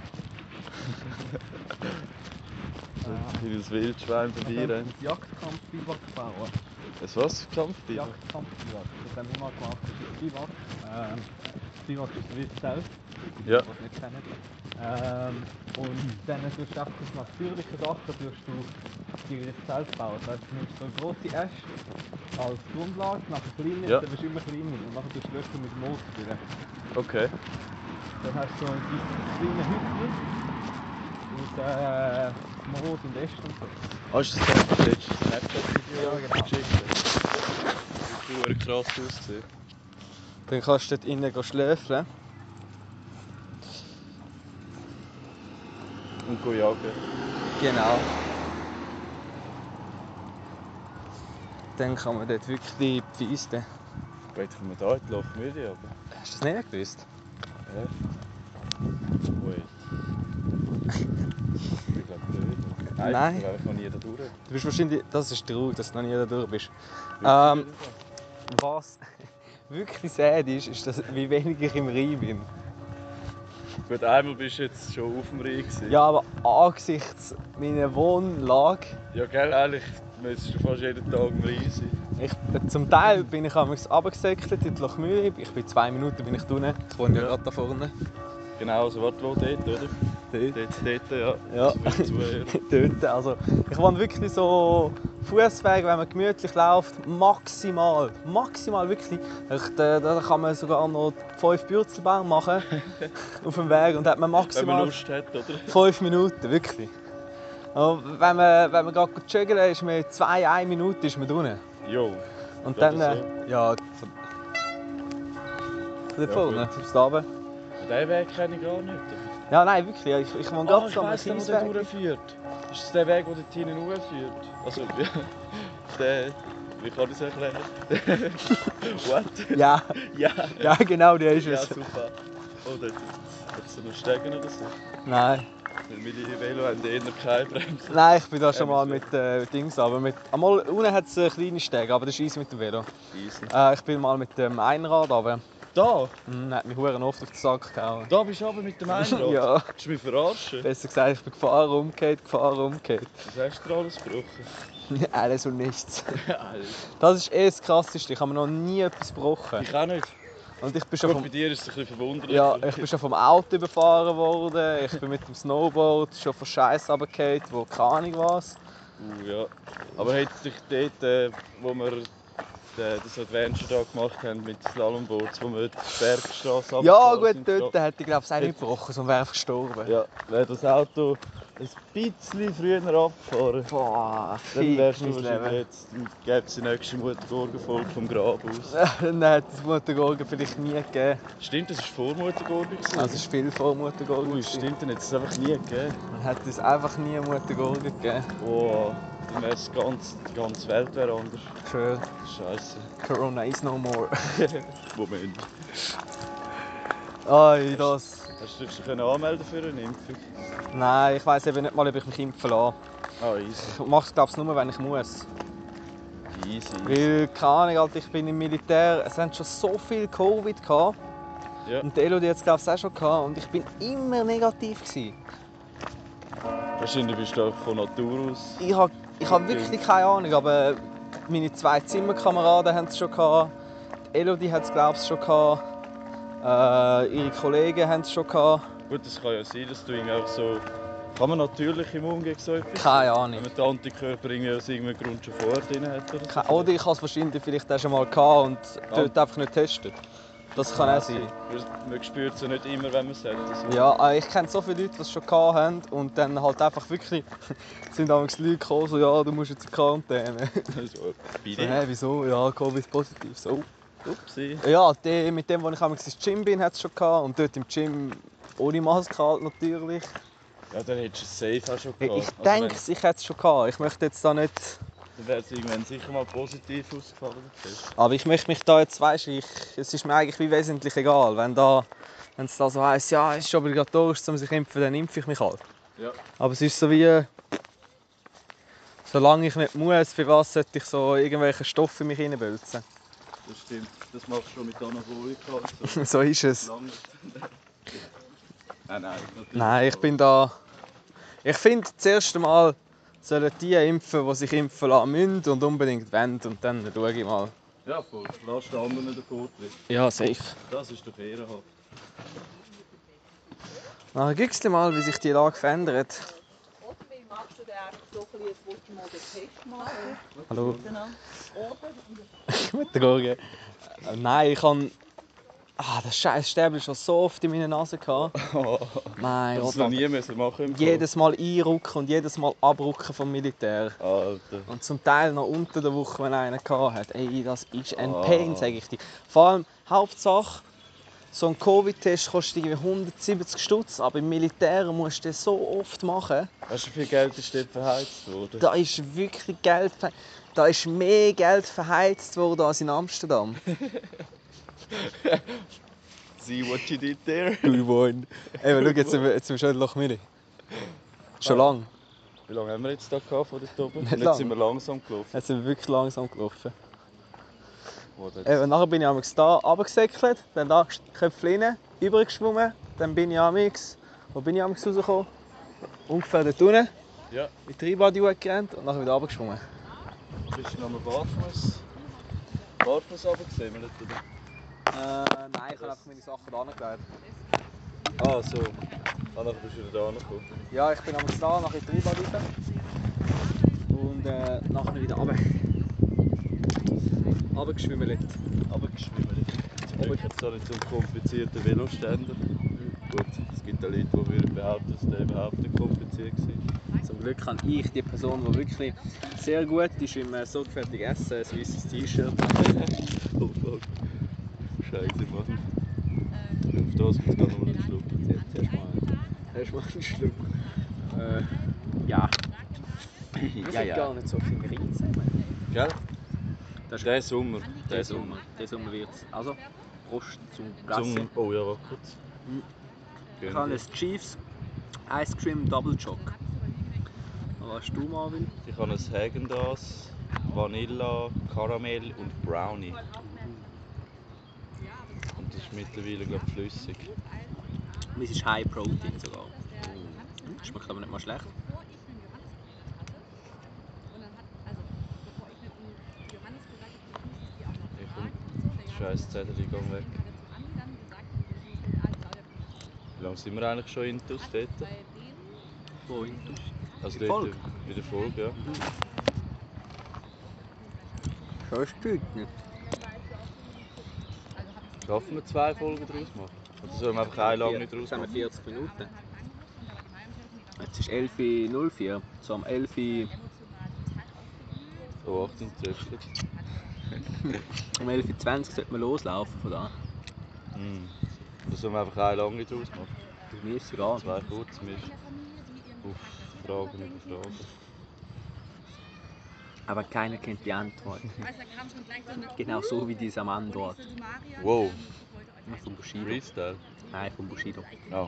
Wie ein Wildschwein vorbeirennt. Das Jagdkampf-Biwak bauen. Ein was? Kampfbiber? Jagdkampf-Biwak. Das haben wir mal gemacht. Das ist Biwak. Ähm, Biwak ist der Wild selbst. Ja. Die, die es nicht kennen. Ähm, und dann tust du einfach aus natürlichen Sachen tust du dir das Zelt bauen. Das heißt, du nimmst so grosse Äste als Grundlage, nachher kleine, Ja. dann wirst du immer kleiner. Und nachher tust du löschen mit Moos führen. Okay. Dann hast du so ein kleine Hütchen mit äh, Moos und Ästen und so. Hast du das letzte Snapchat-Video Ja, genau. geschickt? Das sieht krass ausgesehen. Dann kannst du dort innen gehen schläfeln. Und gehen jagen. Genau. Dann kann man dort wirklich pfeisten. Weit kommen wir da in die Lochmühle, aber... Hast du das nicht gewusst? Ja. Wait. Ich glaube nicht. Nein. Nein. Ich bin einfach noch nie da durch. Du bist wahrscheinlich... Das ist traurig, dass du noch nie da durch bist. Ähm, was wirklich sad ist, ist, dass, wie wenig ich im Rhein bin. Gut, einmal bist du jetzt schon auf dem Rhein gewesen. Ja, aber angesichts meiner Wohnlage... Ja, gell, eigentlich müsstest du fast jeden Tag im Rhein sein. Ich, zum Teil bin ich runtergesäckelt in die Lochmühle. Ich bin zwei Minuten bin ich da unten. Ich wohne ja, Ja. gerade da vorne. Genau, also warte, wo dort, oder? Dort. Dort, dort, ja. Ja. Also für die Zuhörer. Dort. Also, ich wohne wirklich so Fußweg, wenn man gemütlich läuft, maximal, maximal wirklich. Ich, da, da kann man sogar noch fünf Bürzelbäume machen auf dem Weg und hat man Wenn man maximal Lust hat, oder? fünf Minuten, wirklich. Und wenn man, wenn man gerade joggen ist, man zwei, eine Minute ist man unten. Jo. Und Ja, dann, das äh, ja, von da Ja, vorne, gut. bis da oben. Den Weg kenne ich gar nicht. Ja, nein, wirklich, ja, ich, ich wohne Ah, gerade ich so am weiss, der, der Kiesweg. durchführt. Ist das der Weg, der dort hinten hochführt? Also, ja, der... Wie kann ich es erklären? What? Ja, Ja. ja, genau, der ist Ja, es. super. Oh, dort hat es noch Stegen oder so. Nein. Weil meine Velo haben eher keine Bremse. Nein, ich bin da schon Ja, mal wieso? mit äh, Dings, aber mit... Einmal, unten hat es kleine Stege, aber das ist easy mit dem Velo. Easy. Äh, ich bin mal mit dem Einrad, aber Da? hm, hat mich verdammt oft auf den Sack gehauen. Da bist du aber mit dem Einrad? Ja. Willst du mich verarschen? Besser gesagt, ich bin gefahren, umgekehrt, gefahren, umgekehrt. Was hast du da alles gebrochen? Alles und nichts. Alter. Das ist eh das Krasseste, ich habe mir noch nie etwas gebrochen. Ich auch nicht. Und ich bin schon Gut, vom, bei dir ist es ein bisschen verwunderlich. ja, ich bin schon vom Auto überfahren worden, ich bin mit dem Snowboard schon von Scheiß runtergefallen, wo keine Ahnung was. Uh, ja. Aber hat dich dort, äh, wo wir äh, das Adventure da gemacht haben mit Slalomboards, wo wir die Bergstraße Ja runtergefahren gut, sind, dort hätte ich glaube ich auch nicht gebrochen, sonst wäre ich gestorben. Ja, wäre das Auto ein bisschen früher abgefahren, Boah, dann wärst du fick mein wahrscheinlich Leben. jetzt, dann gäbe es die nächste Muttergurgenfolge vom Grab aus. Dann hätte es Muttergurken vielleicht nie gegeben. Stimmt, das war vor Muttergurgen? Also es ist viel vor Muttergurken. Ui, stimmt, dann hätte es einfach nie gegeben. Dann hätte es einfach nie Muttergurken gegeben. Wow, dann wäre es ganz, die ganze Welt wäre anders. Schön. Scheiße. Corona is no more. Moment. Ai, das... Hast du dich schon anmelden für eine Impfung? Nein, ich weiss eben nicht mal, ob ich mich impfen lasse. Ah, easy. Ich mache es glaube ich nur, wenn ich muss. Easy. Weil, keine Ahnung, Alter, ich bin im Militär, es haben schon so viel Covid gehabt. Ja. Und die Elodie hat es glaube ich auch schon gehabt. Und ich bin immer negativ gewesen. Wahrscheinlich bist du auch von Natur aus. Ich habe ich hab wirklich keine Ahnung, aber meine zwei Zimmerkameraden haben es schon gehabt. Die Elodie hat es glaube ich schon gehabt. Äh, ihre Kollegen haben es schon gehabt. Gut, es kann ja sein, dass du irgendwie auch so. Kann man natürlich immun gegen so etwas? Keine Ahnung. Wenn man die Antikörper irgendwie aus irgendeinem Grund schon vorher drin hat oder so? Keine- Oder ich habe es wahrscheinlich vielleicht auch schon mal gehabt und dort einfach nicht getestet. Das kann auch sein. Man spürt es ja nicht immer, wenn man es hat. Also. Ja, äh, ich kenne so viele Leute, die es schon gehabt haben und dann halt einfach wirklich sind damals Leute gekommen, so ja, du musst jetzt in Quarantäne. So, bei So, dir? hä, wieso? Ja, Covid positiv. So. Upsi. Ja, die, mit dem, wo ich einmal ins Gym bin, hat es schon gehabt und dort im Gym ohne Maske halt natürlich. Ja, dann hättest du es safe auch schon Ich, gehabt. ich Also denke, ich hätte es schon gehabt. Ich möchte jetzt da nicht Dann wäre es irgendwann sicher mal positiv ausgefallen. Aber ich möchte mich da jetzt, weißt du, ich, es ist mir eigentlich wie wesentlich egal. Wenn da, wenn es da so heisst, ja, es ist obligatorisch, um sich zu impfen, dann impfe ich mich halt. Ja. Aber es ist so wie, solange ich nicht muss, für was sollte ich so irgendwelche Stoffe in mich reinwälzen? Das stimmt, das machst du schon mit Anabolika und so. So ist es. Lange. Nein, nein, natürlich Nein, ich nicht. bin da. Ich finde, das erste Mal sollen die impfen, die sich impfen lassen müssen und unbedingt wollen. Und dann schaue ich mal. Ja, voll. Lass den anderen den Vortritt. Ja, safe. Das ist doch ehrenhaft. Dann guckst du mal, wie sich die Lage verändert. Oder wie machst du denn eigentlich so ein bisschen, jetzt willst du mal den Test machen? Hallo. Genau. Guten Morgen. Äh, Nein, ich habe. Ah, das scheiß Stäbchen schon so oft in meiner Nase gehabt. Nein, Das noch Gott. nie müssen machen im Jedes Mal einrücken und jedes Mal abrücken vom Militär. Fall. Alter. Und zum Teil noch unter der Woche, wenn einer hat. Ey, das ist ein Ah. Pain, sage ich dir. Vor allem, Hauptsache, so ein Covid-Test kostet irgendwie hundertsiebzig Stutz, aber im Militär musst du das so oft machen. Weißt du, wie viel Geld ist dort verheizt worden? Da ist wirklich Geld, ver- da ist mehr Geld verheizt worden als in Amsterdam. See what you did there? Du Mann. Ey, schau, jetzt sind wir, jetzt sind wir schon in Lochmini. Schon Ah. lang. Wie lange haben wir jetzt da gehabt von dort oben? Nicht Und lang. jetzt sind wir langsam gelaufen. Jetzt sind wir wirklich langsam gelaufen. Oh, das- Ey, und nachher bin ich amigs da runtergesäckelt, dann da Köpfchen rein, übergeschwommen, dann bin ich amigs, wo bin ich amigs rausgekommen? Ungefähr dort unten, Ja, in die Rheinbahn gerannt und nachher wieder runtergeschwommen. bist du noch mal barfuß? Barfuß runtergesemmelt, oder? Äh, nein, ich habe einfach meine Sachen da gelegt. Ah, so. Ah, nachher bist du wieder da angekommen. Ja, ich bin amigs da, nachher in die Rheinbahn rein und äh, nachher wieder runter. Runtergeschwommen. Aber geschwimmt. Zum Glück hat es auch nicht so einen komplizierten Veloständer. Gut, es gibt auch Leute, die würden behaupten, dass der überhaupt nicht kompliziert war. Zum Glück habe ich die Person, die wirklich sehr gut ist im äh, sorgfältig Essen, ein weißes T-Shirt. Oh fuck. Scheiße, Mann. Auf das gibt es gar noch einen Schluck. Jetzt erst mal, erst mal einen Schluck. Äh, ja. Das Ja, ist ja. gar nicht so viel Grenze. Gell? Das ist Der Sommer. der Sommer. Der Sommer wird es. Also, Prost zum Gasse. Zum... Oh ja, warte kurz. Mhm. Gönn Ich habe dir. ein Chiefs Ice Cream Double Choc. Was hast du, Marvin? Ich habe ein Häagen-Dazs, Vanilla, Karamell und Brownie. Und das ist mittlerweile, glaube ich, flüssig. Meins ist High Protein sogar. Mhm. Schmeckt aber nicht mal schlecht. Ich komm, scheiß Zettel, ich geh weg. Wie lange sind wir eigentlich schon intus dort? Wo Intus? Also Die dort Folge? bei der Folge, ja. So ist es nicht. Schaffen wir zwei Folgen daraus machen? Oder sollen wir einfach eine lange draus Jetzt haben wir machen? vierzig Minuten. Jetzt ist elf Uhr null vier. So am elf Uhr, Oh, achtundsiebzig. um elf Uhr zwanzig sollte man loslaufen von da. Mm. Oder sollen wir einfach eine lange draus machen? Das mir ist egal. Zwei kurze mit auf Fragen über Fragen. Aber keiner kennt die Antwort. Genau so wie dieser Mann dort. Wow, Von Bushido. Freestyle. Nein, von Bushido. Ja.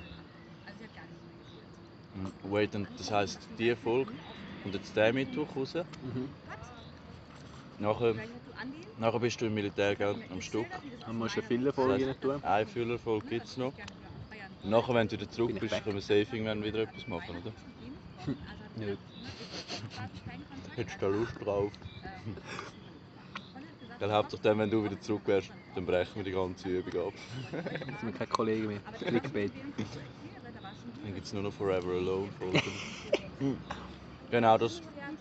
Mm, Wait, und das heisst, die Folge kommt jetzt der Mittwoch raus. Mhm. Nachher, nachher bist du im Militär gell, am Stück. Dann musst du viele Das Folgen rein heisst, tun. eine Füllerfolge gibt es noch. Und nachher, wenn du wieder zurück Bin ich bist, weg. können wir safe irgendwann wieder etwas machen, oder? Nö. Hättest du da Lust drauf? Gell, Hauptsache dann, wenn du wieder zurück wärst, dann brechen wir die ganze Übung ab. Jetzt sind wir keine Kollegen mehr. Clickbait. Dann gibt es nur noch Forever Alone Folgen. Genau, das.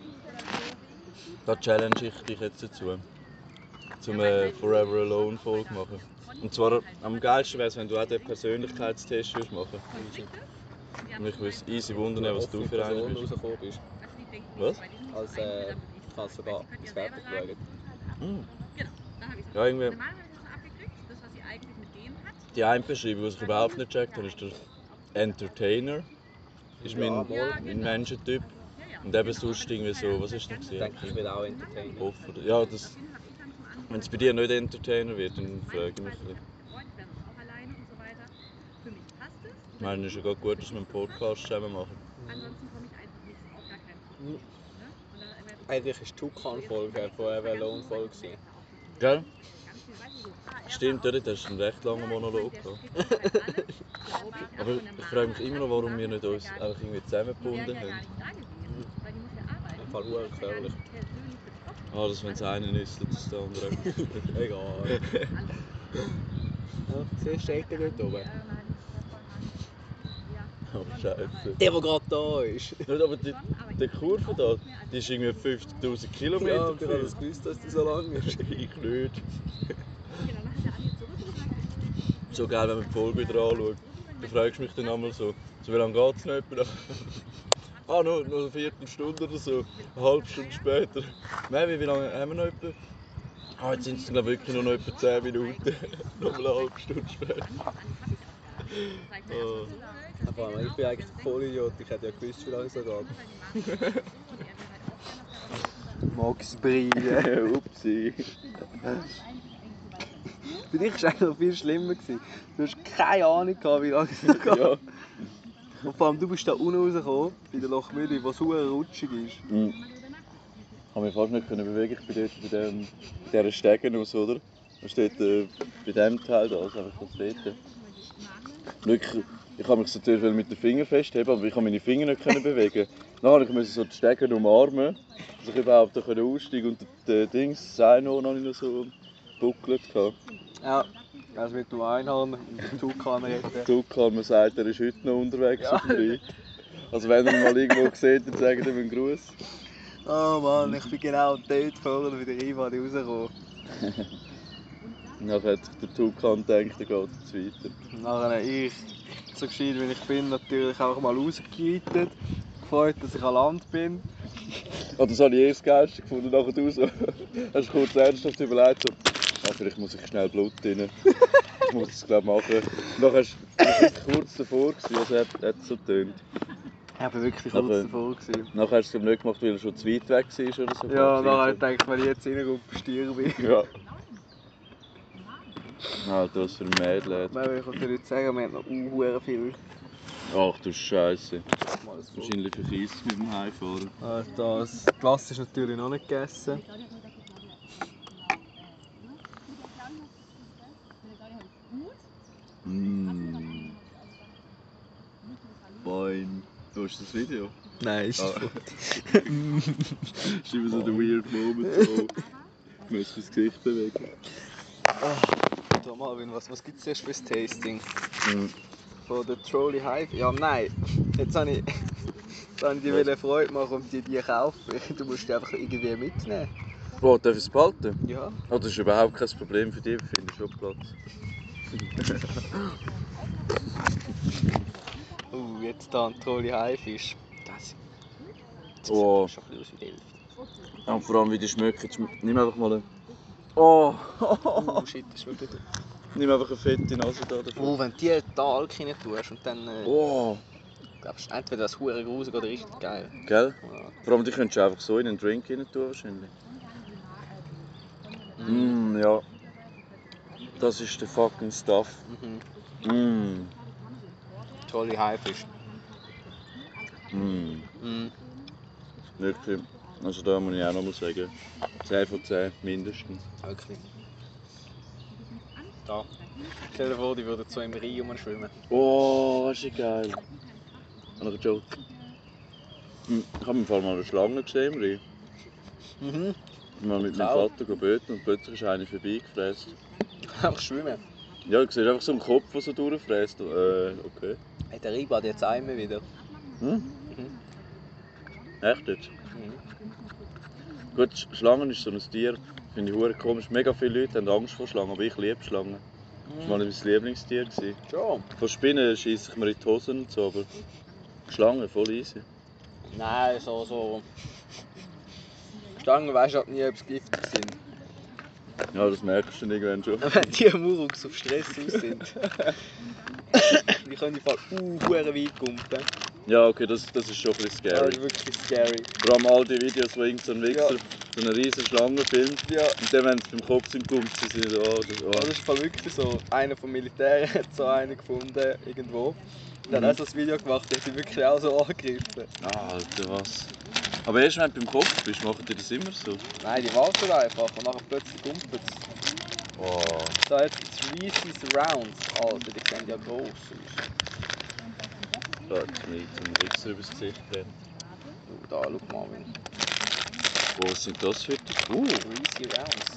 Da challenge ich dich jetzt dazu. Zum äh, Forever Alone Folge machen. Und zwar am geilsten wäre es, wenn du auch den Persönlichkeitstest würdest machen. Und ich würde easy wundern, was du für einer bist. rausgekommen bist. Was? Als, äh, ich habe sogar bis fertig geschaut. Mm. Ja, irgendwie. Die eine Beschreibung, die ich überhaupt nicht checkt habe, ist der Entertainer. Ist mein, Ja, mal. mein Menschentyp. Und eben sonst irgendwie so, was ist denn Ich gesehen? denke, ich will auch entertainen. Offen. Ja, das, wenn es bei dir nicht Entertainer wird, dann frage ich mich ein bisschen. Ich meine, es ist ja gerade gut, dass wir einen Podcast zusammen machen. Mhm. Eigentlich war die Tukan-Folge von einer Lohn-Folge. Gell? Stimmt, oder? Das ist ein recht langer Monolog gehabt. Aber ich frage mich immer noch, warum wir nicht uns einfach irgendwie zusammengebunden haben. Im Fall hure gefährlich. Ah, dass wenn es einen nüsselt, dass der andere auch. Egal. Ja, siehst du, steht der dort oben? Oh, Scheiße. Der, der gerade da ist. Nicht, aber die, die Kurve da, die ist irgendwie fünfzigtausend Kilometer. Ja, und ich habe das gewusst, dass die so lang ist. Ich nicht. So geil, wenn man die Folge wieder anschaut. Du fragst mich dann einmal so, so wie lange geht es noch etwa? Ah, noch, noch eine Viertelstunde oder so, eine halbe Stunde später. Nein, wie lange haben wir noch etwa? Ah, jetzt sind es glaube ich wirklich noch etwa zehn Minuten. Noch mal eine halbe Stunde später. Oh. Aber ich bin eigentlich der Vollidiot, ich hätte ja gewusst, wie lange es noch geht. Max Brille. Upsi. Für dich war es eigentlich noch viel schlimmer. Du hast keine Ahnung gehabt, wie lange es noch geht. Ja. Und vor allem, du bist da unten rausgekommen, bei der Lochmühle, wo es super rutschig ist. Mhm. Ich konnte mich fast nicht bewegen. Ich bin dort bei, dem, bei dieser Stege aus, oder? Da steht äh, bei diesem Teil da, also einfach das dort. Wirklich, ich konnte mich natürlich mit den Fingern festheben, aber ich konnte meine Finger nicht bewegen. Dann musste ich so die Stege umarmen, dass ich überhaupt aussteigen konnte. Und das Ding, das Einhorn hatte ich noch so gebuckelt. Ja, also mit dem Einhorn und dem Tukan reden. Der Tukan, man sagt, er ist heute noch unterwegs Ja. auf dem Rhein. Also wenn ihr ihn mal irgendwo seht, dann sagt ihm einen Gruß. Oh Mann, ich bin genau dort vorne bei der Rivali rausgekommen. Und dann hat sich der Tukan gedacht, dann geht es weiter. Und nachher ich, so gescheit wie ich bin, natürlich auch mal rausgejeitet. Gefreut, dass ich an Land bin. Oh, das habe ich erst das Geilste gefunden. Nachher du so, hast du kurz ernsthaft überlegt, so, ah, vielleicht muss ich schnell Blut rein. Ich muss das glaube ich machen. Und dann hast du wirklich kurz davor gewesen, also hat hat es so getönt. Ich war wirklich kurz Nachher- davor. Gewesen. Nachher hast du es nicht gemacht, weil er schon zu weit weg war oder so. Ja, und dann habe ich gedacht, wenn ich jetzt reinkomme, sterbe ich. Ja. Alter, was für ein Mädchen. Weil ich kann nicht sagen, wir haben noch uh, viel. Ach du Scheiße. Mal so. Wahrscheinlich verkiesst mit dem Heimfahren. Ah, das Glas ist natürlich noch nicht gegessen. Mmm. Fein. Wo ist das Video? Nein, ist Ah. ist immer so der weird Moment. So. Ich muss das Gesicht bewegen. Da Marvin, was, was gibt es erst fürs Tasting? Mhm. Von der Trolley Hive? Ja, nein. Jetzt habe ich, jetzt habe ich dir Was? eine Freude machen und die, die kaufen. Du musst die einfach irgendwie mitnehmen. Bro, darf ich es behalten? Ja. Oh, das ist überhaupt kein Problem für dich, finde ich schon Platz. Uh, jetzt da ein Trolley Haifisch. Das, das Oh. sieht schon ein bisschen aus wie Delfin. Und vor allem wie die schmecken. Schm- Nimm einfach mal eine... Oh! Oh shit, das ist wirklich... Nimm einfach eine fette Nase da davon. Oh, wenn du die Talg rein tust und dann... Äh, Oh! glaubst du, entweder das hure grusig oder richtig geil. Gell? Ja. Vor allem die könntest du einfach so in einen Drink rein tun wahrscheinlich. Mm, ja. Das ist der fucking Stuff. Mhm. Mm. Trolley Haifisch. Mm. Mhm. Wirklich. Also da muss ich auch noch mal sagen. zehn von zehn mindestens. Wirklich. Da. Stell dir vor, die würden so im Rhein rumschwimmen. Oh, das ist geil. Noch ein Joke. Hm, Ich habe im Fall mal eine Schlange gesehen im Rhein. Mhm. Ich bin mal mit meinem Ciao. Vater gebeten und plötzlich ist eine vorbeigefräst. Einfach schwimmen. Ja, du siehst einfach so einen Kopf, der so durchfräst. Äh, okay. Hey, der Rieb hat jetzt einmal wieder. Hm? Mhm. Echt jetzt? Mhm. Gut, Sch- Schlangen ist so ein Tier, finde ich verdammt komisch. Mega viele Leute haben Angst vor Schlangen, aber ich liebe Schlangen. Das war mal mein Lieblingstier. gewesen. Schon? Von Spinnen scheisse ich mir in die Hosen und so, aber Schlangen voll easy. Nein, so, so. Stangen weisst du halt nie, ob es giftig sind. Ja, das merkst du dann irgendwann schon. Wenn die Muruks auf Stress aus sind. Die können im Fall uh, hure weit kumpen. Ja, okay, das, das ist schon ein bisschen Das scary. ist wirklich scary. Vor allem all die Videos, wo irgend so ein Wichser Ja. so eine riesen Schlange filmt. Ja. Und dann, wenn sie beim Kopf sind, kommt sie sind so, oh, das, Ja, das oh. ist voll wirklich so. Einer vom Militär hat so einen gefunden, irgendwo. Der Mhm. hat auch so ein Video gemacht, der hat sie wirklich auch so angegriffen. Ah, Alter, was? Aber erst wenn du beim Kopf bist, machen die das immer so. Nein, die warten einfach und nachher plötzlich kumpelt es. Oh. Da jetzt gibt's riesige Surrounds. Alter, die sehen ja gross aus. Da hat mir so ein Wichser übers Gesicht gerannt. Oh, da, schau mal. Wie. Was sind das für die? Uh, riesige Rounds.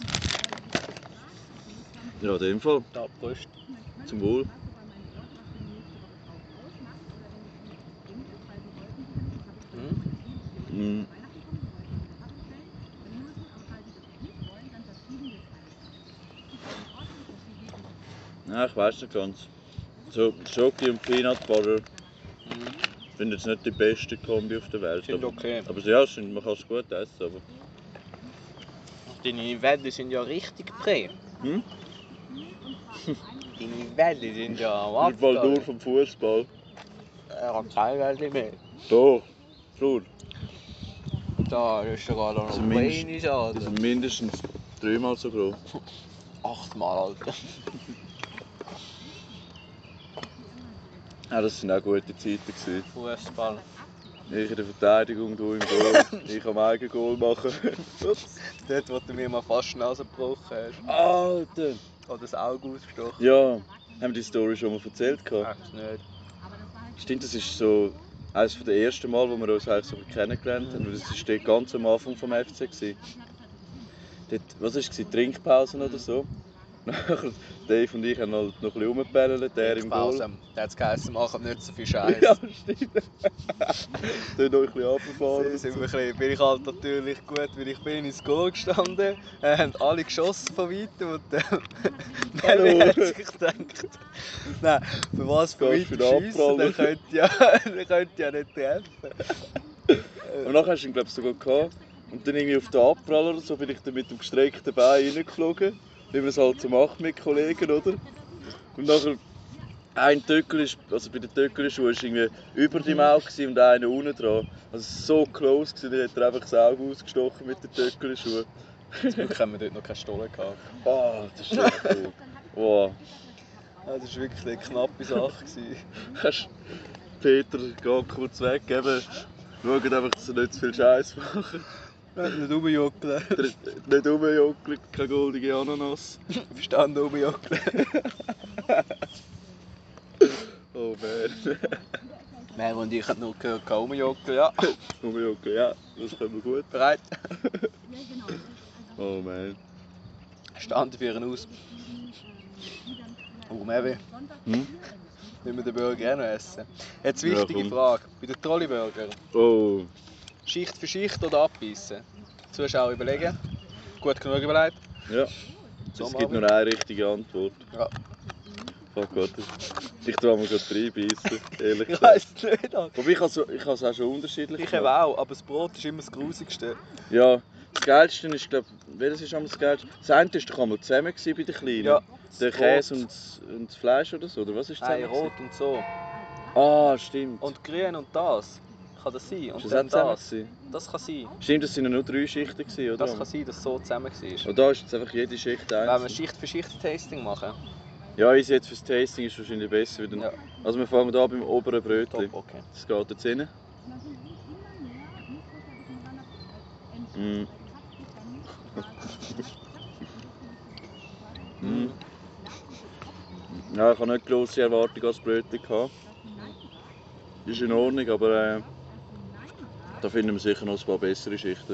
Ja, in dem Fall. Da, Brust. Zum Wohl. Hm? Mm. Ja, ich weiß nicht ganz. So Schoki und Peanut Butter. Hm. Ich finde jetzt nicht die beste Kombi auf der Welt. Sind aber, okay. aber ja, es sind- man kann es gut essen. Aber, Deine Wände sind ja richtig prä. hm? Deine Wände sind ja Ich fall nur vom Fußball. Er hat keine Wände mehr. Doch, schon. Da ist sogar noch Also ein mindest- wenig Die Schaden. sind mindestens dreimal so groß. Achtmal, Alter. Ja, das sind auch gute Zeiten gewesen. Fußball. Ich in der Verteidigung, du im Goal. Ich am eigenen Goal machen. Ups. Dort, wo du mir mal fast die Nase gebrochen hast. Alter! Oder das Auge ausgestochen. Ja, haben wir die Story schon mal erzählt? gehabt? Echt nicht. Stimmt, das ist so eines der ersten Mal, wo wir uns eigentlich so kennengelernt haben. Das war dort ganz am Anfang vom F C. gewesen. Dort, was war es? Trinkpausen oder so. Nachher, Dave und ich haben halt noch ein bisschen rumgebellt, der im Goal. Pause. Da hat es geheißen, machen nicht so viel Scheiß. Ja, stimmt. Dann noch ein bisschen runterfahren. Sie sind wir ein bisschen, bin ich halt natürlich gut, weil ich bin ins Goal gestanden, äh, haben alle geschossen von weitem und dann Hallo. Nelly hat sich gedacht, nein, für was von Gehst weitem für den schiessen, Abprall. dann könnt ihr ja, dann könnt ihr ja nicht treffen. Und nachher hast du ihn, glaube ich, sogar gehabt. Und dann irgendwie auf den Abprall oder so bin ich dann mit dem gestreckten Bein reingeflogen. Wie man es halt so macht mit Kollegen, oder? Und nachher ein Töckel ist, also bei den Töckelschuhen war irgendwie über dem Auge gewesen und einer unten dran. Also so close gewesen, der hat er einfach das Auge ausgestochen mit den Töckelschuhen. Zum Glück haben wir dort noch keine Stollen gehabt. Oh, das ist echt cool. Wow. Ja, das war wirklich eine knappe Sache. gewesen. Hast Peter, geh kurz weg, eben. Schaut einfach, dass er nicht zu viel Scheiß macht. Nicht rumjuckeln. Nicht rumjuckeln, keine goldige Ananas. Verstanden rumjuckeln. Oh man. Nein, und ich habe nur gehört, rumjuckeln, ja. Rumjuckeln, ja, das können wir gut. Bereit? Oh man. Stand für ihn aus. Oh, Mevi. Hm? Wenn wir den Burger auch noch essen. Jetzt Ja, wichtige komm. Frage. Bei den Trolleyburger. Oh. Schicht für Schicht oder abbeissen? Zuschauer überlegen. Gut genug überlegt. Ja. So, Es gibt Marvin. nur eine richtige Antwort. Ja. Fuck Gott. Ich tue mal gerade reinbeissen, ehrlich Ich gesagt. weiss es nicht. Alter. Wobei ich habe es auch schon unterschiedlich Ich eben auch, aber das Brot ist immer das Grusigste. Ja, das Geilste ist, glaube ich, welches ist einmal das Geilste? Das eine war doch einmal zusammen gewesen bei den Kleinen. Ja, Der das Käse Brot. und das, und das Fleisch oder so, oder was ist Nein, zusammen? rot und so. gewesen? Ah, stimmt. Und grün und das. Kann das sein? Und ist das dann auch zusammen das. gewesen? Das kann sein. Stimmt, das sind ja nur drei Schichten gewesen, oder? Das kann sein, dass es so zusammen war. Und da ist jetzt einfach jede Schicht Wenn wir einzeln. Schicht für Schicht Tasting machen. Ja, ich jetzt fürs Tasting ist wahrscheinlich besser. Wieder. Ja. Also wir fangen hier beim oberen Brötchen. Top, okay. Das geht jetzt rein. Mm. Mm. Ja, ich habe nicht grosse Erwartungen als Brötchen gehabt. Ist in Ordnung, aber äh, da finden wir sicher noch ein paar bessere Schichten.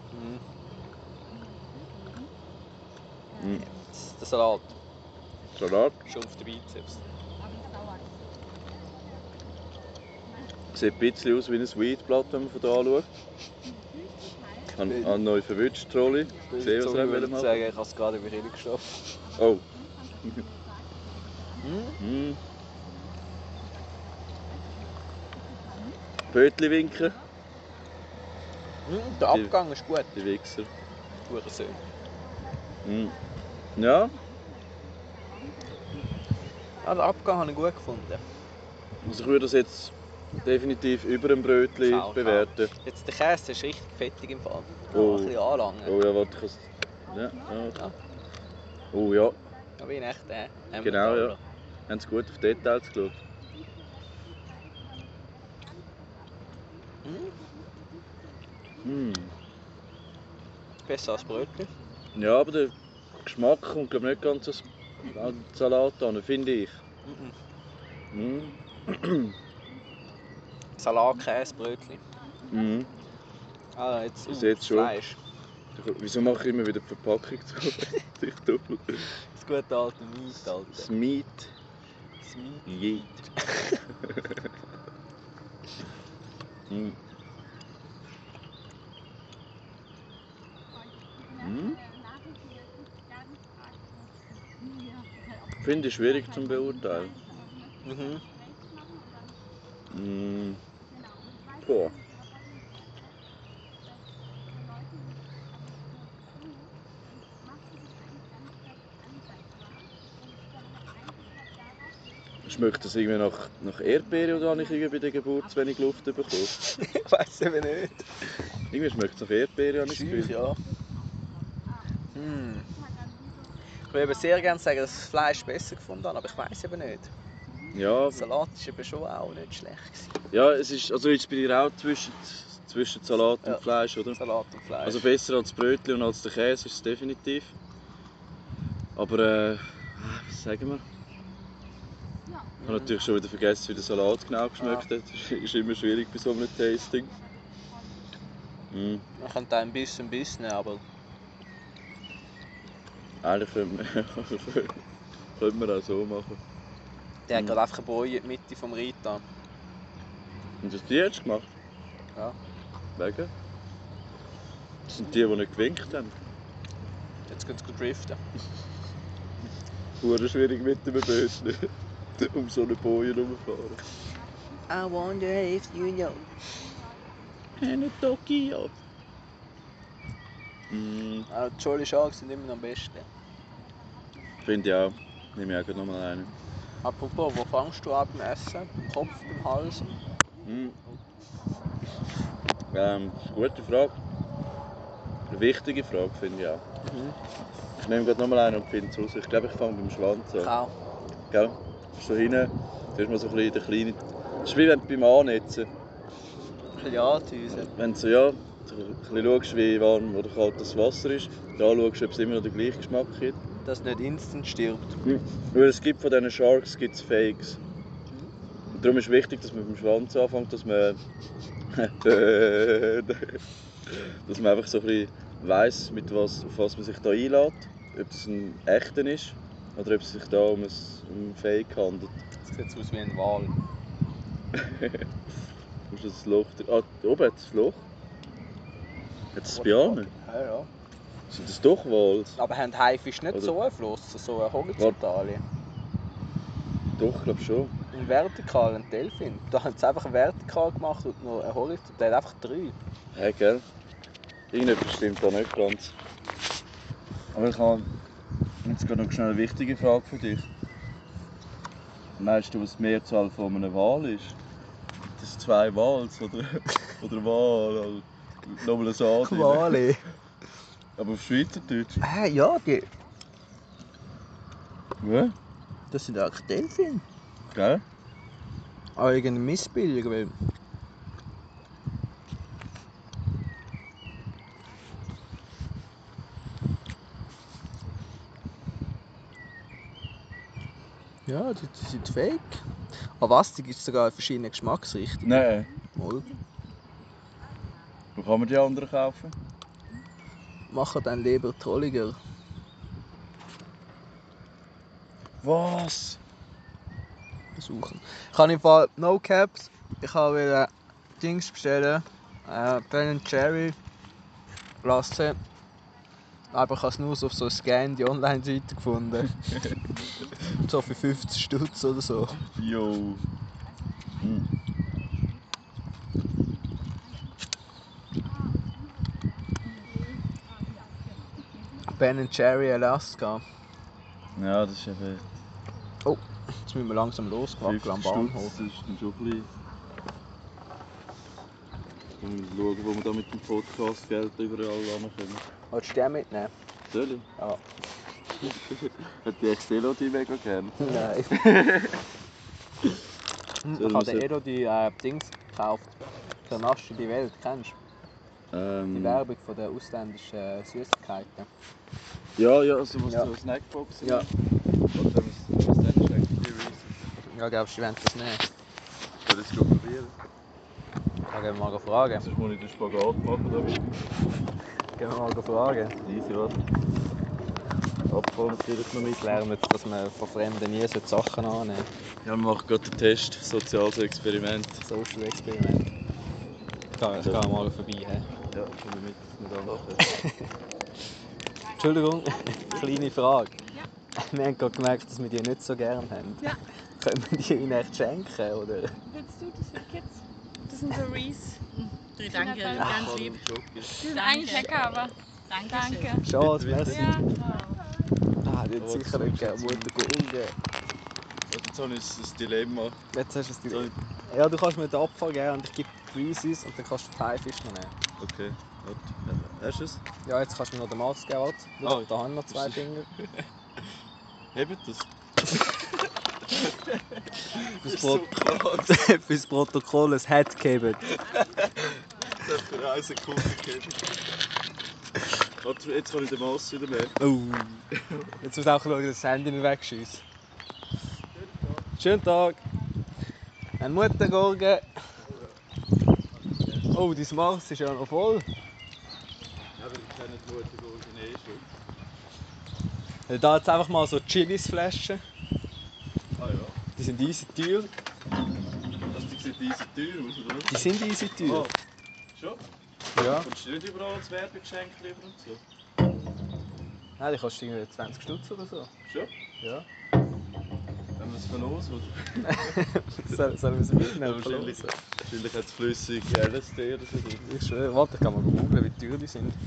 Mhm. Mm. Der Salat. Salat Schon auf den Bizeps. sieht ein bisschen aus wie ein Weedblatt, wenn man von hier anschaut. Ich habe einen neu verwünscht, Trolli. Gesehen, was So, er ich würde machen sagen, ich habe es gerade über Rede gestopft. Oh. Mhm. Mm. Pötli winken, Mhm, der Abgang ist gut. die Wichser. Hurensohn. Mm. Ja, Ja, den Abgang habe ich gut gefunden. also ich würde das jetzt definitiv über dem Brötchen Kau, kau. bewerten. Jetzt der Käse ist richtig fettig im Fall. Oh. Oh. Ein bisschen anlangen. Oh ja, warte, ich kann's... Ja, ja. Ja. Oh ja, Ja, wie ein echter genau, ja. Emmentaler. Haben sie gut auf Details geschaut. Mm. Mm. Besser als Brötchen. Ja, aber der Geschmack kommt glaub, nicht ganz aus- an den Salat an, finde ich. Mm. Mm. Salat, Käse, Brötchen. Mm. Ah, jetzt, uh, Bis jetzt schon. Fleisch. Wieso mache ich immer wieder die Verpackung zu? Ich doppelt. Das gute alte Meat, Alter. Das Meat. Das Meat. Yeet. mm. Mm. Finde ich schwierig zu beurteilen. Mhm. Mm. Boah. Schmeckt das irgendwie nach, nach Erdbeere oder habe ich irgendwie bei der Geburt zu wenig Luft bekommen? Ich weiß eben nicht. Irgendwie schmeckt es nach Erdbeere, habe ich das Schüch, Gefühl. ja. Mm. Ich würde eben sehr gerne sagen, dass ich das Fleisch besser gefunden habe, aber ich weiß eben nicht. Ja, Der Salat war eben schon auch nicht schlecht gewesen. ja, es ist, also jetzt bin ich auch zwischen, zwischen Salat und Ja. Fleisch, oder? Salat und Fleisch. Also besser als Brötchen und als der Käse ist es definitiv. Aber äh, was sagen wir? Ich habe natürlich schon wieder vergessen, wie der Salat genau geschmeckt hat. Das ist immer schwierig bei so einem Tasting. Mm. Man könnte auch ein bisschen, ein bisschen, aber Eigentlich könnte man, könnte man auch so machen. der hat Mhm. gerade einfach eine Boje in die Mitte vom Rita. Und das die jetzt gemacht? Ja. Wegen? Das sind die, die nicht gewinkt haben. Jetzt gehen sie driften. Hure schwierig mit dem Bötchen. Um so eine Boje herumfahren. I wonder if you know. Eine Tokio. Mm, Ah, die Jolly Sharks sind immer noch am besten. Finde ich auch. Nehme ich auch gleich nochmal einen. Apropos, wo fängst du an beim Essen? Im Kopf, beim Hals? Mm. Ähm, das ist eine gute Frage. Eine wichtige Frage, finde ich auch. Mhm. Ich nehme gerade nochmal einen und finde es raus. Ich glaube, ich fange beim Schwanz an. Auch. Gell? So hinten, da ist man so ein bisschen der kleine... Das ist wie wenn du beim Annetzen. Ein bisschen antäusen. Wenn du so, ja, so ein bisschen schaust, wie warm oder kalt das Wasser ist, da schaust du, ob es immer noch den gleichen Geschmack hat. Dass es nicht instant stirbt. Mhm. Weil es gibt von diesen Sharks gibt's Fakes. Und darum ist wichtig, dass man beim Schwanz anfängt, dass man... dass man einfach so ein bisschen weiss, mit was, auf was man sich da einlädt. Ob das ein echter ist oder ob es sich da um ein, um ein Fake handelt. Das sieht aus wie ein Wal. Wo ist das Loch? Ah, da oben hat es ein Loch. Hat es Biane? Ja, ja. Sind das doch Wals? Aber haben Haifisch nicht Oder- so einen Fluss, so eine horizontale? Doch, ich glaube schon. Einen vertikalen Delfin. Da haben sie einfach vertikal gemacht und noch einen horizontal. Der hat einfach drei. Hä, gell? Irgendetwas stimmt da nicht ganz. Aber ich habe jetzt gerade noch schnell eine wichtige Frage für dich. Weißt du, was die Mehrzahl von einem Wal ist? Das sind zwei Wals oder, oder Wal. Nochmal ein A. Wale. Aber auf Schweizerdeutsch. Ah, ja, die, Ja, das sind eigentlich Delfin. gell? Aber irgendeine Missbildung, weil... Ja, die, die sind fake. Aber was, die gibt es sogar in verschiedenen Geschmacksrichtungen. Nein. Mal. Wo kann man die anderen kaufen? Machen dann lieber Trolliger. Was? Besuchen. Ich habe im Fall No Caps. Ich habe Dings bestellen. Äh, Ben Jerry. Lasse. Aber ich habe es nur so auf so Scan die Online-Seite gefunden. So für fünfzig Stutz oder so. Jo. Hm. Ben Jerry Alaska. Ja, das ist eben Jetzt müssen wir langsam loswackeln am fünfzig Bahnhof. Stutz, das ist dann schon ein bisschen... Wir müssen schauen, wo wir da mit dem Podcast Geld überall ankommen. Willst du den mitnehmen? Soll ich? Ja. Hat die Extelo die mega gern? Nein. Soll Ich habe wir den so- Edo die äh, Dings gekauft. Der Nasche die Welt, kennst du? Ähm, Die Werbung von den ausländischen äh, Süßigkeiten. Ja, ja, also was Ja. so Snackboxen. Ja. Oder was, was dann schenkt die Reese's? Ja, glaubst du, die wollen das nehmen? Soll ich es probieren? Ja, gehen wir mal fragen. Sonst muss ich den Spagat machen da mit. Gehen wir mal fragen. Easy, was? Abfall natürlich noch mit. Lernen wir, dass man von Fremden nie so Sachen annehmen. Ja, wir machen gerade den Test, soziales Experiment. Social Experiment. Ich kann, ich kann mal vorbei. He? Ja, komm mit, dass wir da machen. Entschuldigung, kleine Frage. Wir haben gerade gemerkt, dass wir die nicht so gerne haben. Ja. Können wir die ihnen echt schenken, oder? Willst du das für Kids? Das sind so Reese. Danke, Ja, ganz lieb. Die sind eigentlich lecker, aber Danke. danke. Schade, merci. Ja. Ah, die hat sicher nicht gerne Mutter Gurke. Jetzt habe ich ein Dilemma. Jetzt hast du es dir. Soll Ja, du kannst mir den Abfall geben und ich gebe die Reese's und dann kannst du die Haifisch noch nehmen. Okay, warte. Ja, hast du es? Ja, jetzt kannst du mir noch den Max geben. Warte. Oh. Da haben wir noch zwei Das ist- Finger. Hebt das? Fürs, so Pro krass. Fürs Protokoll ein Head gegeben. Das hat für eine Sekunde gegeben. Warte, jetzt kann ich den Mass wieder nehmen. Oh. Jetzt musst du auch schauen, dass das Handy nicht wegschießt. Schönen Tag. Ein Muttergurke. Oh, dein Maß ist ja noch voll. Ja, weil ich kenne die Mutter Gurken eh schon. Da jetzt einfach mal so Chilis-Flaschen. Ah ja. Die sind easy teuer. Also die sieht easy teuer aus, oder? Die sind easy teuer. Ah, schon? Ja. Kommst du nicht überall als Werbegeschenk lieber und so? Nein, die kostet irgendwie zwanzig Stutz oder so. Schon? Ja. Wenn wir es verlosen, oder? Soll, sollen wir sie mitnehmen? wahrscheinlich, wahrscheinlich hat es flüssig L S D oder so drin. Ich schwöre, warte, ich kann mal googeln, wie teuer die sind.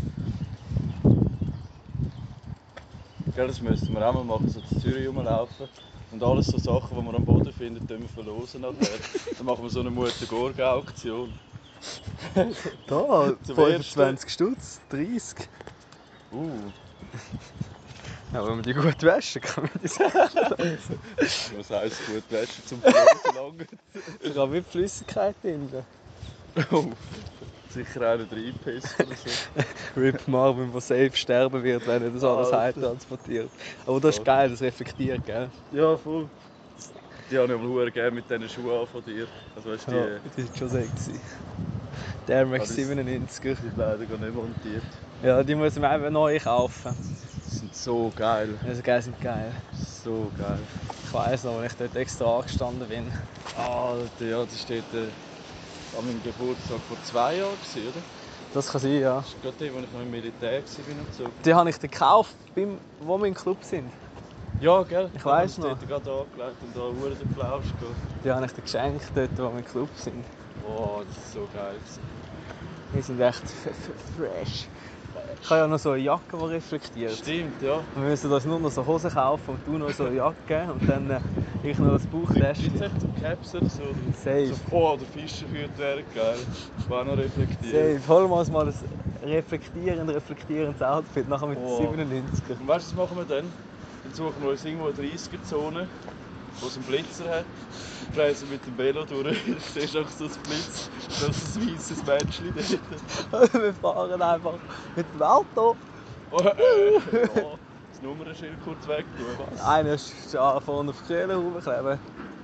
Gell, das müssten wir auch mal machen, so zu Zürich rumlaufen. Und alles so Sachen, die wir am Boden finden, tun wir verlosen nachher. Dann machen wir so eine Mutter-Gurke-Auktion. Da, Zum fünfundzwanzig Stutz, dreißig. Uh, Ja, wenn man die gut waschen kann, man die sagen. was heisst gut waschen zum Verlosen langen? Da kann mit Flüssigkeit drin. Oh, sicher einer reingepisst oder so. Rip Marvin, der safe sterben wird, wenn er das alles Alter. heim transportiert. Aber das ist geil, das reflektiert, gell? Ja, voll. Die habe ich aber verdammt gerne mit diesen Schuhen an von dir. Also weißt du, die, Ja, die sind schon sexy. Der Max das- siebenundneunziger. die sind leider gar nicht montiert. Ja, die muss man einfach neu kaufen. Die sind so geil. Also geil, sind geil. So geil. Ich weiss noch, als ich dort extra angestanden bin. Alter, ja, das steht äh, an meinem Geburtstag vor zwei Jahren, gewesen, oder? Das kann sein, ja. Das ist gerade der, als ich noch im Militär war und so. Die habe ich dann gekauft, beim, wo wir im Club sind. Ja, gell? Ich weiss noch. Ich habe gerade angelegt und da Uhren den Plausch gehen. Die habe ich dann geschenkt, dort, wo wir im Club sind. Wow, das ist so geil. gewesen. Die sind echt f- f- fresh. Ich habe ja noch so eine Jacke, die reflektiert. Stimmt, ja. Wir müssen uns nur noch so Hosen kaufen und du noch so eine Jacke und dann äh, ich noch das Gibt Bauchtäschchen. es zum Caps oder so? Oder Safe. so, boah, der Fischerhüt wäre geil. War auch noch reflektiert. Safe. Holen wir uns mal das reflektierend, reflektierendes Outfit, nachher mit Oh. siebenundneunziger. Und weißt du, was machen wir dann? Dann suchen wir uns irgendwo eine dreißiger-Zone, wo es einen Blitzer hat. Und fräsen mit dem Velo durch. Du siehst einfach so das Blitz, so ein weißes Männchen dort. Wir fahren einfach mit dem Auto. Oh, äh, ja, das Nummernschild kurz weg tun, was? Einer ist schon vorne auf die Kühle hochkleben.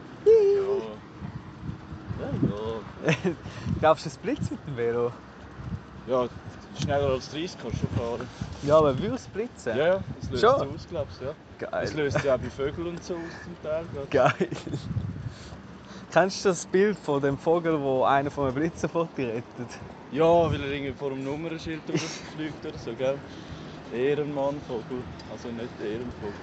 Ja. Ja, ja. Glaubst du, es blitzt mit dem Velo? Ja, schneller als dreißig kannst du schon fahren. Ja, aber würde es blitzen? Ja, ja, das löst Schon? es aus, glaubst du, ja. Das Geil. löst sich auch bei Vögeln und so aus zum Teil. glaub ich. Geil. Kennst du das Bild von dem Vogel, wo einer von einem Blitzer rettet? Ja, weil er irgendwie vor dem Nummernschild durchfliegt oder so, gell? Ehrenmannvogel, also nicht Ehrenvogel.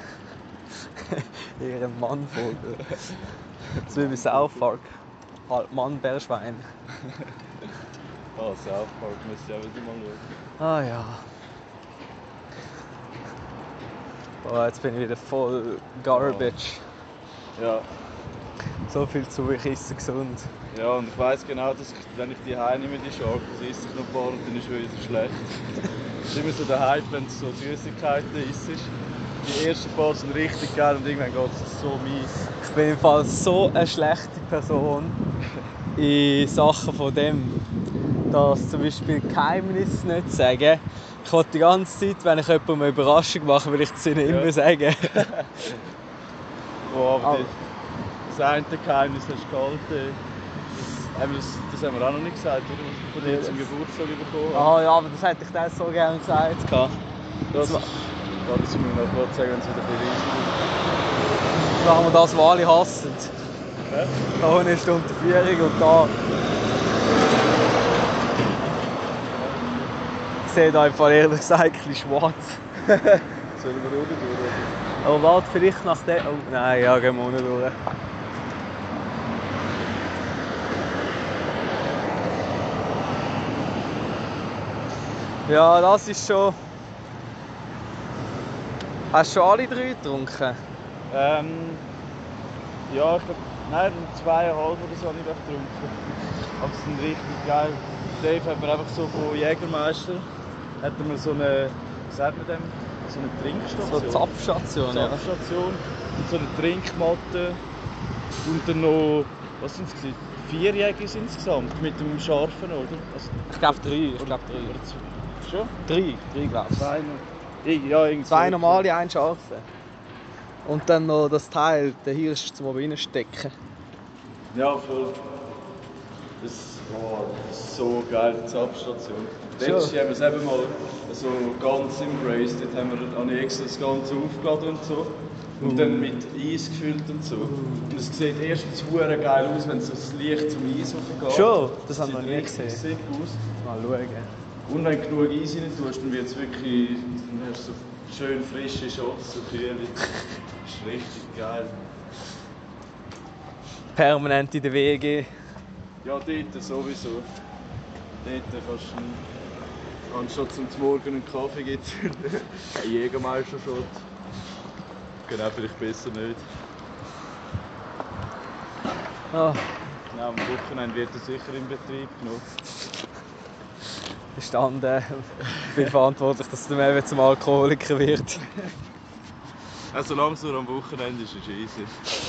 Eher ein Mannvogel. So wie bei South Park. Halt Mann, Bärschwein. Ah, South Park müsste ich auch wieder mal schauen. Ah ja. Oh, jetzt bin ich wieder voll Garbage. Ja, So viel zu, ich esse gesund. Ja, und ich weiss genau, dass ich, wenn ich die Heim nehme, die Schorke, dann esse ich noch ein paar und dann ist es wieder schlecht. Es ist immer so der Hype, wenn du so Süßigkeiten isst. Die ersten paar sind richtig geil und irgendwann geht es so mies. Ich bin im Fall so eine schlechte Person in Sachen von dem, dass zum Beispiel Geheimnisse nicht sagen. Ich wollte die ganze Zeit, wenn ich jemandem eine Überraschung mache, will ich es ihnen Ja. immer sagen. Oh, aber Aber- die, das eine Geheimnis hast du gehalten. Das, haben wir das, das haben wir auch noch nicht gesagt, oder? Was wir von dir zum Geburtstag bekommen haben. Ah ja, aber das hätte ich dir so gerne gesagt. Das, ja, das müssen wir noch kurz sagen, wenn es wieder ein bisschen riesig Machen wir das, was alle hassen. ist. Hä? Da unten ist die Unterführung und da. Ich sehe da im Fall ehrlich gesagt ein bisschen schwarz. Sollen wir unten durch? Aber warte, vielleicht nach dem. Oh nein, ja, gehen wir unten durch. Ja, das ist schon. Hast du schon alle drei getrunken? Ähm, ja, ich glaube, nein, zweieinhalb oder so habe ich getrunken. Aber sie sind richtig geil. Dave hat mir einfach so von Jägermeister hat er mir so eine, wie sagt man dem, so eine So Trinkstation. eine Zapfstation, ja. Zapfstation und so eine Trinkmatte und dann noch, was sind es gewesen? Vier Jäger insgesamt mit dem scharfen, oder? Also, Ich glaube drei. Ich oder, glaube drei. oder zwei, schon? Drei, drei glaube ich. Zwei noch. Ich- Ja, irgendwie Zwei so. normale, ein scharfe. Und dann noch das Teil, den Hirsch zum oben reinstecken. Ja, voll. Das, oh, das ist so geil, die Zapfstation. Letztes Jahr haben wir es eben mal so ganz embraced. Dort haben wir habe ich extra das Ganze aufgeladen und so. Und dann mit Eis gefüllt und so. Und es sieht erstens verdammt geil aus, wenn so das Licht zum Eis hochgeht. Schon? Das haben wir sieht nie richtig gesehen. sick aus. Mal schauen. Und wenn du genug Eis rein tust, dann wird es wirklich, dann hast du so schön frische Shots, so kühl. Das ist richtig geil. Permanent in der W G. Ja, dort sowieso. Dort kannst du, kannst du schon zum Morgen einen Kaffee geben. Ein Jägermeister-Shot. Genau, vielleicht besser nicht. Ah, Ja, am Wochenende wird er sicher in Betrieb genommen. verstanden. Ich bin verantwortlich, dass der Melvin zum Alkoholiker wird. Also solange es nur am Wochenende ist, ist es easy.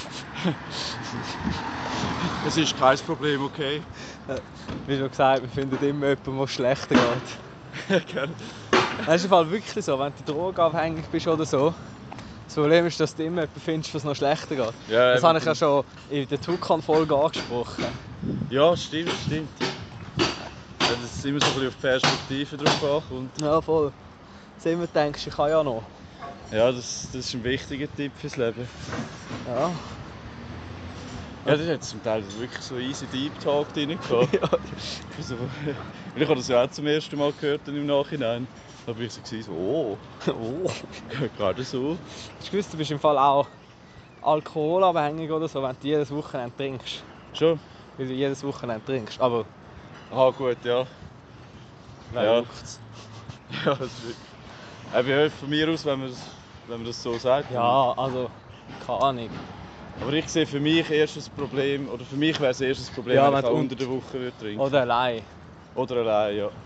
Es ist kein Problem, okay? Wie schon gesagt, wir finden immer jemanden, der schlechter geht. Gell? Das ist im Fall wirklich so, wenn du drogenabhängig bist oder so. Das Problem ist, dass du immer jemanden findest, was noch schlechter geht. Ja, Das habe ich ja schon in der Tukan-Folge angesprochen. Ja, stimmt, stimmt. Ja, das ist immer so ein bisschen auf die Perspektive drauf ankommt. Ja, voll. Dass du immer denkst, ich kann ja noch. Ja, das, das ist ein wichtiger Tipp fürs Leben. Ja. Ja, das hat zum Teil wirklich so easy Deep Talk drin gehabt. Ja. So, ich habe das ja auch zum ersten Mal gehört dann im Nachhinein. Da bin ich so, gewesen, so oh, Oh. gerade so. Hast du gewusst, du bist im Fall auch alkoholabhängig oder so, wenn du jedes Wochenende trinkst. Schon? Weil du jedes Wochenende trinkst. Aber Ah gut, ja. wer Ja. juckt's? Ja, das ist wirklich... Eben, ja, von mir aus, wenn man, das- wenn man das so sagt. Ja, also keine Ahnung. Aber ich sehe für mich erst das Problem, oder für mich wäre es erst das Problem, Ja, wenn ich wenn auch du- unter der Woche würde trinken. Oder allein. Oder allein, ja.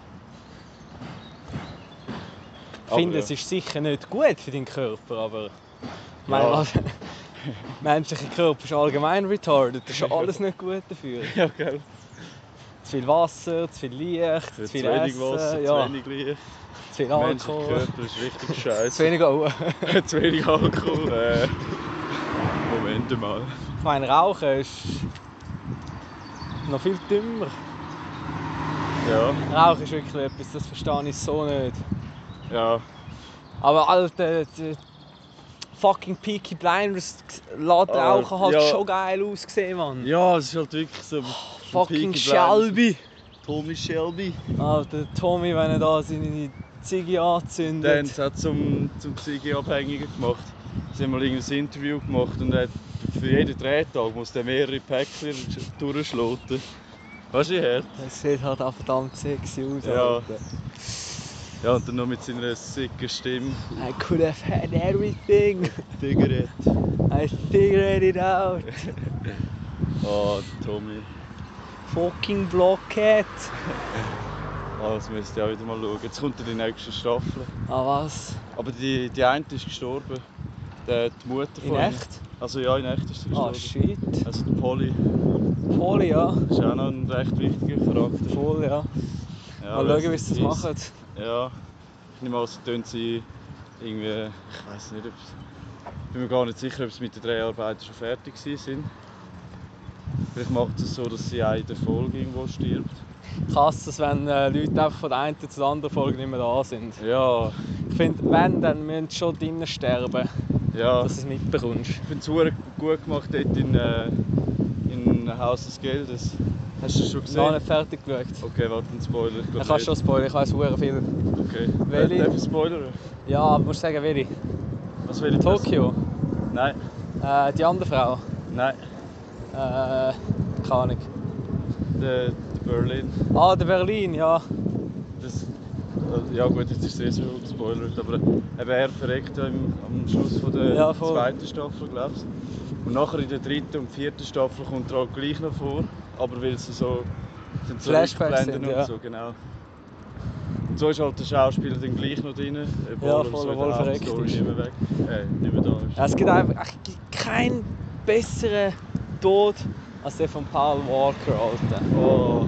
Ich finde, ja. es ist sicher nicht gut für deinen Körper, aber ich meine, Ja. was, der menschliche Körper ist allgemein retarded, das ist alles nicht gut dafür. Ja, gell. Zu viel Wasser, zu viel Licht, Zu zu viel wenig Essen, Wasser, ja, zu wenig Licht. zu viel Der menschliche Alkohol, Körper ist richtig zu scheiße. wenig Alkohol. Zu wenig Alkohol. Äh. Moment mal. Ich meine, Rauchen ist noch viel dümmer. Ja. Rauchen ist wirklich etwas, das verstehe ich so nicht. Ja. Aber Alter, die fucking Peaky Blinders Laden Ah, rauchen hat ja. schon geil ausgesehen, Mann. Ja, es ist halt wirklich so. Fucking Peaky Blinders. Shelby. Tommy Shelby. Alter, Tommy, wenn er da seine Ziggy Der anzündet. hat es zum, zum Ziege-Abhängigen gemacht. Sie haben mal irgendein Interview gemacht und er hat für jeden Drehtag muss der mehrere Päckchen durchschloten. Weißt du, wie hart? Das sieht halt auch verdammt sexy aus. Ja. Alter. Ja, und dann noch mit seiner sicken Stimme. I could have had everything. Zigarette. I figured it out. Oh, Tommy. Fucking Blockhead. Oh, das müsst ihr auch wieder mal schauen. Jetzt kommt ja die nächste Staffel. Ah was? Aber die, die eine ist gestorben. Die, die Mutter In von ihm. echt? Also ja, in echt ist sie gestorben. Ah shit. Also die Polly. Voll ja. Ist auch noch ein recht wichtiger Charakter. Voll ja. Ja, Mal schauen, wie sie das machen. Ja. Ich nehme an, sie tun sie irgendwie... Ich weiß nicht, ob es... Ich bin mir gar nicht sicher, ob sie mit den Dreharbeiten schon fertig sind. Vielleicht macht es so, dass sie auch in der Folge irgendwo stirbt. Krass, dass wenn äh, Leute einfach von der einen zur anderen Folge nicht mehr da sind. Ja, Ich finde, wenn, dann müssen sie schon drinnen sterben, ja. dass du es mitbekommst. Ich finde es super gut gemacht dort in, äh, in Haus des Geldes. Hast du das schon Noch gesehen? nicht fertig geschaut. Okay, warte, ein Spoiler. Ich Ich glaub kann nicht. schon spoilern, ich weiss sehr viel. Okay. Welche? Äh, darf ich spoilern? Ja, aber du musst sagen, welche. Was will ich? Tokio, Nein. äh, die andere Frau, Nein. äh, keine Ahnung. Der, der Berlin. Ah, der Berlin, ja. Das, ja gut, jetzt ist es eh so gespoilert, aber eben er verreckt ja im, am Schluss von der Ja, voll. zweiten Staffel, glaube ich. Und nachher in der dritten und vierten Staffel kommt er auch gleich noch vor, aber weil sie so, sind so Flashbacks Rückblenden sind, und ja. so, genau. Und so ist halt der Schauspieler dann gleich noch drin, obwohl Ja, er voll, so in obwohl der er verreckt Hauptstory ist. nicht mehr weg, äh, nicht mehr da ist. Ja, es gibt einfach es gibt keinen besseren Tod als der von Paul Walker, Alter. Oh,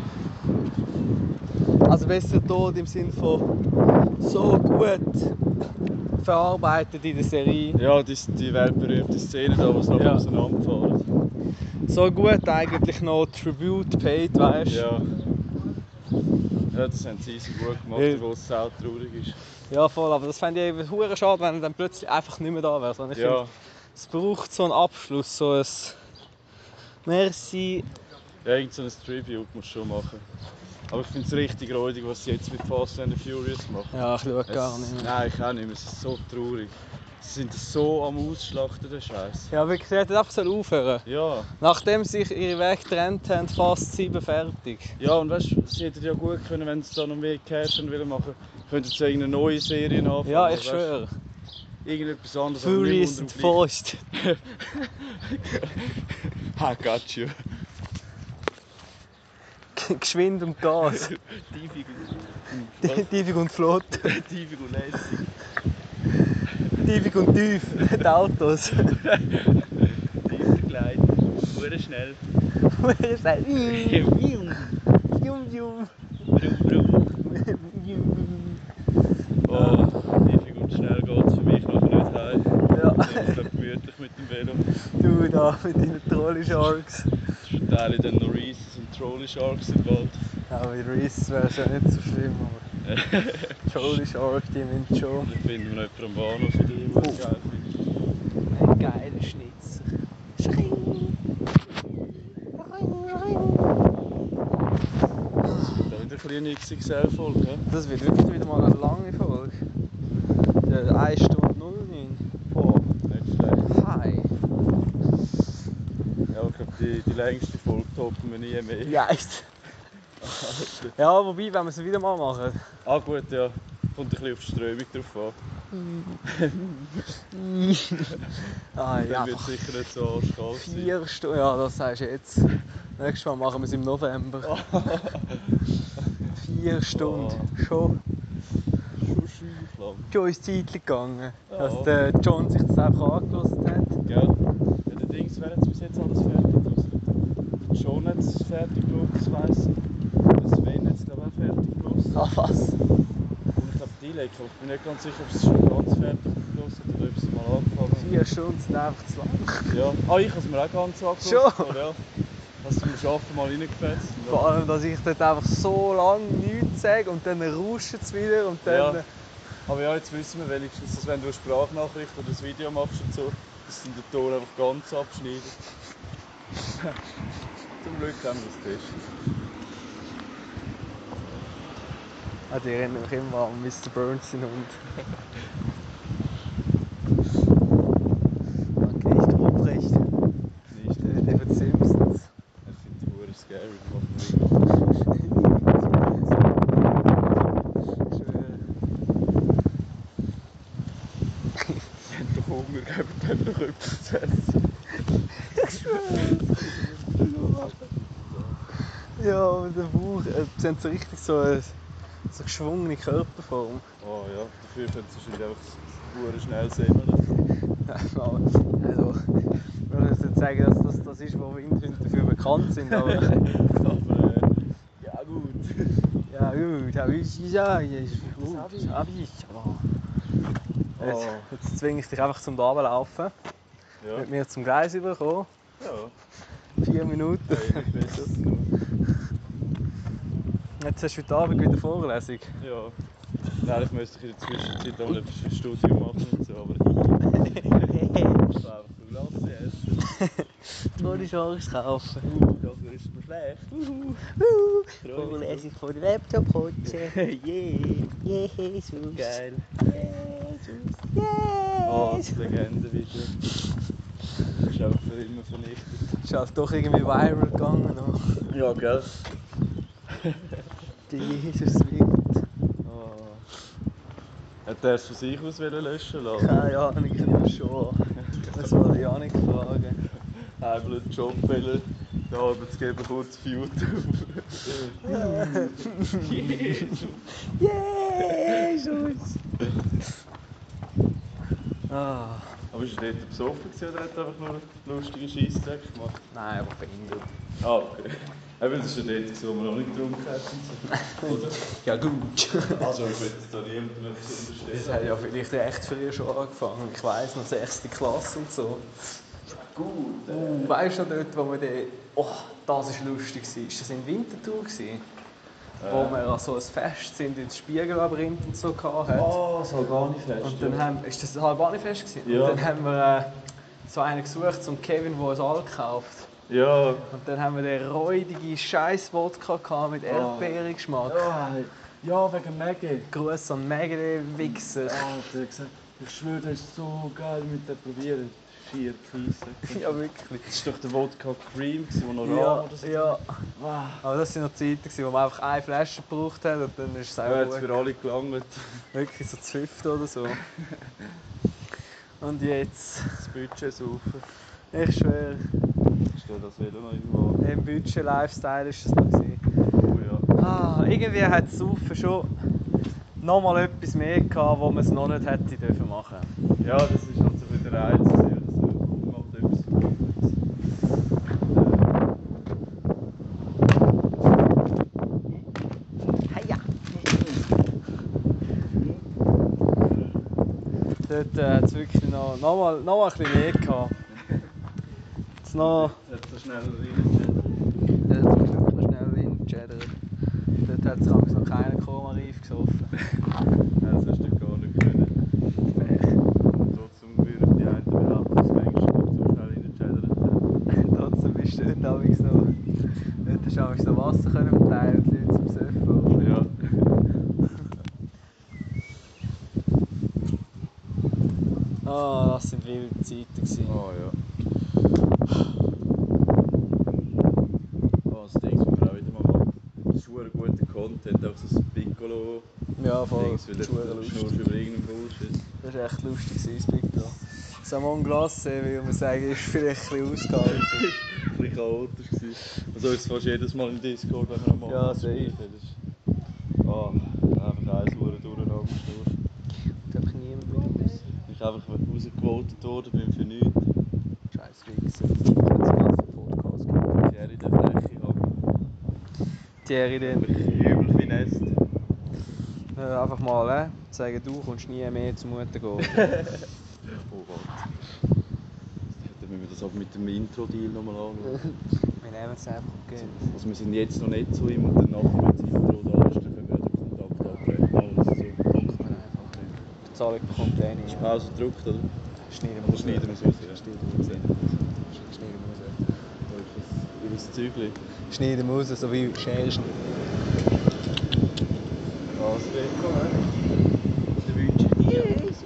Also besser Tod im Sinne von so gut verarbeitet in der Serie. ja, die, die weltberühmte Szene da, wo es noch Ja. auseinanderfahren. So gut eigentlich noch Tribute paid, weißt du? Ja. Ja, das haben sie easy gut gemacht, Ja. obwohl es sehr traurig ist. Ja, voll, aber das fände ich eben hure schade, wenn er dann plötzlich einfach nicht mehr da wäre. Sondern ich Ja, finde, es braucht so einen Abschluss, so ein Merci. ja, irgend so ein Tribute musst du schon machen. Aber ich finde es richtig räudig, was sie jetzt mit Fast and the Furious machen. Ja, ich schaue Es- gar nicht mehr. Nein, ich auch nicht mehr. Es ist so traurig. Sie sind so am Ausschlachten, der Scheiß. Ja, wirklich, sie hätten einfach aufhören sollen. Ja, Nachdem sie sich ihre Weg getrennt haben, fast sieben fertig. ja, und weißt du, sie hätten ja gut können, wenn sie da noch mehr Cash wollen machen, könnten sie irgendeine neue Serie anfangen. Ja, ich weißt du? schwöre. Irgendetwas anderes. aber nicht Furious unter and dem gleichen- Forced. I got you. Geschwind und Gas. Tiefig und... Tiefig und flott. Tiefig und lässig. Tiefig und tief. Die Autos. Tiefer Kleid. Hure schnell. Jum, jum. Brum, brum. Oh, tiefig und schnell geht's für mich nachher nicht heim. Ja. Ich bin gemütlich mit dem Velo. Du da mit deinen Trolley Sharks. Teile dann noch Reese's und Trolley Sharks im Wald. Ja, bei Reese wäre es ja nicht so schlimm, aber Trolley Shark, die müssen schon. Vielleicht finden wir noch jemanden am Bahnhof, der die Uhr geil findet. Ein geiler Schnitzer. Schring. Da wieder eine kleine X X L-Folge. Das wird wirklich wieder mal eine lange Folge. Der eine Stunde null neun. Boah, nicht schlecht. Hi. Ja, ich glaube, die, die längste Folge toppen wir nie mehr. Yes. Ja, wobei, wenn wir es wieder mal machen. Ah gut, ja. Kommt ein bisschen auf die Strömung drauf an. Ah, ja. Dann wird es sicher nicht so arschkalt sein. Vier Stunden, ja, das sagst du jetzt. Nächstes Mal machen wir es im November. Vier Stunden. Schon, Schon scheiß lang. schon ist die Zeit gegangen. Ja. Dass der John sich das einfach angelassen hat. Gell? Ja, der Dings, wer hat bis jetzt alles fertig gelassen? Der John hat es fertig gelassen, das weiss ich. Der Sven hat es glaube ich auch fertig gelassen. Ach was? Und ich glaube die Lecker, ich bin nicht ganz sicher, ob es schon ganz fertig gelassen hat oder ob es mal angefangen hat. Vier Stunden sind einfach zu lang. Ja. Ah, ich habe es mir auch ganz angelassen. Schon? Ja. Hast du beim Arbeiten mal reingefetzt? Vor allem, dass ich dort einfach so lange nichts sage und dann rauscht es wieder und dann... Ja. Aber ja, jetzt wissen wir wenigstens, dass wenn du eine Sprachnachricht oder ein Video machst und so, dass du den Ton einfach ganz abschneidest. Zum Glück haben wir das getestet. Ah, die erinnern mich immer an Mister Burns, seinen Hund. Okay, nicht aufrecht. Nicht. Der, der von Simpsons. Ich finde die Uhr scary, die machen Sie haben doch Hunger, geben dem doch etwas zu essen. Ja, und der Bauch, äh, sie haben so richtig so eine, so eine geschwungene Körperform. Oh ja, dafür können sie wahrscheinlich einfach das schnell sehen. Also, ich würde jetzt nicht sagen, dass das das ist, wo Windhunde dafür bekannt sind, aber... Aber äh, ja gut. Ja gut, habe ich gesagt, ist gut, hab das ich. habe ich, aber... Oh. Jetzt, jetzt zwinge ich dich einfach zum Runterlaufen, Ja. mit mir zum Gleis überkommen, Ja. vier Minuten. Ja, nicht besser. Jetzt hast du heute Abend wieder Vorlesung. Ja. Nein, ich müsste in der Zwischenzeit auch mal etwas fürs Studium machen und so, aber ich will einfach so Glasse essen. Ohne Chance kaufen. Uh, das ist mir schlecht. Vorlesung von der Laptop-Kutsche. Yeah. Jesus. Geil. Jesus. Oh, Jesus. das Legende-Video. Das ist einfach für immer vernichtet. Ist halt doch irgendwie viral gegangen. Noch. Ja, gell? Der Jesus wird. Oh. Hat er es von sich aus löschen lassen? Keine Ahnung, ich nehme schon. Das soll ich auch nicht fragen. Einmal einen Job wollen, den Arbeitgeber kurz auf YouTube. Jesus! Jesus! Ah. Aber ist er dort besoffen gewesen, oder hat er einfach nur lustige Scheissdreck gemacht? Nein, einfach behindert. Ah, okay. Eben, das ist ja dort, gewesen, wo man noch nicht getrunken hat und so. Oder? Ja gut. Also ich will jetzt da niemandem etwas unterstellen. Das hat ja vielleicht recht früh schon angefangen. Ich weiss noch, sechste Klasse und so. Gut. Uh, weißt du noch dort, wo wir den... Oh, das war lustig. War das in Winterthur? Gewesen? Wo wir an so ein Fest sind, ins Spiegellabyrinth und so hatten. Oh, das war gar nicht fest. Und dann haben... Ist das ein Halbani-Fest gewesen? Ja. Und dann haben wir äh, so einen gesucht, zum Kevin, der uns alle kauft. Ja. Und dann haben wir den räudigen Scheiß-Wodka mit Erdbeergeschmack. Ja, ja, wegen Maggie. Gruß an Maggie, den Wichser. Alter, er hat gesagt, ich schwöre, das ist so geil, mit dem probieren. Vier Kiesen. Ja, wirklich. Das war doch der Wodka Cream, der noch Ja, Rahm oder so. ja. Wow. Aber das waren noch Zeiten, wo man einfach eine Flasche gebraucht hat und dann ist es auch Ja, hat gut. für alle gelangt. Wirklich so zu fünft oder so. Und jetzt, Das Budget saufen. ich schwöre, Ist da das Velo noch irgendwo? im Budget-Lifestyle war es noch. Gewesen. Oh ja. Ah, irgendwie hat das Saufen schon noch mal etwas mehr gehabt, wo man es noch nicht hätte dürfen machen. Ja, das ist halt so ein der Reiz oder so. Macht etwas Verrücktes. Heia! Dort äh, hat es wirklich noch, noch, mal, noch mal ein bisschen mehr gehabt. Jetzt noch... Hat so schnell rein. Dort hat es wirklich noch schnell reingecheddert. Dort hat sich noch keiner Koma-Reif gesoffen. Ja, das hast du gar nicht können. Pech. Und trotzdem würden die einen behaupten, dass manchmal noch zu schnell reingecheddert hat. Trotzdem bist du dort damals noch... Dort hast du damals noch Wasser können verteilen, die Leute zum Surfen. Ja. Ah, das sind wilde Zeiten gewesen. Oh ja. Oh, das Ding, das wir auch wieder mal machen. Das ist ein guter Content, auch so ein Piccolo. Ja, voll. Dings, weil Das ist verdammt du lustig. schnurst über irgendeinen Bullshit. Das war echt lustig, das Piccolo. Samon Glacé, wie man sagen, ist vielleicht ein bisschen ausgehalten. Das war ein bisschen chaotisch. gewesen. Also ist es fast jedes Mal im Discord, wenn wir am Ja, Abend safe. spielen. Das ist... Ah, einfach eins Uhr durcheinander geschnurrt. Da habe ich niemand mit uns. Ich bin einfach rausgevotet worden, bin für nichts. Scheiß Wichser. Ich habe jetzt einen ganzen Podcast gehört. Thierry, der Freche, habe Thierry, den... ich übel finest. Äh, einfach mal äh, sagen, du kommst nie mehr zur Mutter gehen. Oh Gott. Dann müssen wir das aber mit dem Intro-Deal nochmal anschauen. Wir nehmen es einfach okay. Also wir sind jetzt noch nicht zu ihm und dann nachher, wenn das Intro da ist, dann können wir den Kontakt abbrechen. Alles so. Machen wir einfach. Die Bezahlung bekommt eh nicht. Ist Pause gedrückt, oder? Schneiden Oder schneiden wir es raus? Ja. Schneiden wir raus. Schneiden wir raus. Da ist das über das Zeugli. Schneiden wir raus, so wie Schere schneiden. Was? Willkommen. Ich wünsche dir...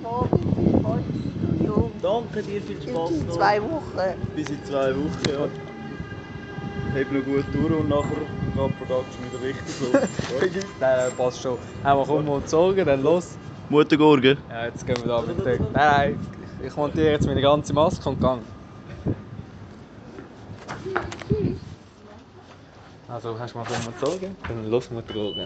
Danke dir, viel Spaß In noch. zwei Wochen. Bis in zwei Wochen, ja. Heb noch gut durch und nachher geht die Production wieder richtig los. Nein, passt schon. Einmal kommen und sorgen, dann los. Muttergurke. Ja, jetzt gehen wir da mit dem... Nein, nein, ich montiere jetzt meine ganze Maske und gang. Also hast du mal Sorgen? Dann los wir die Fragen.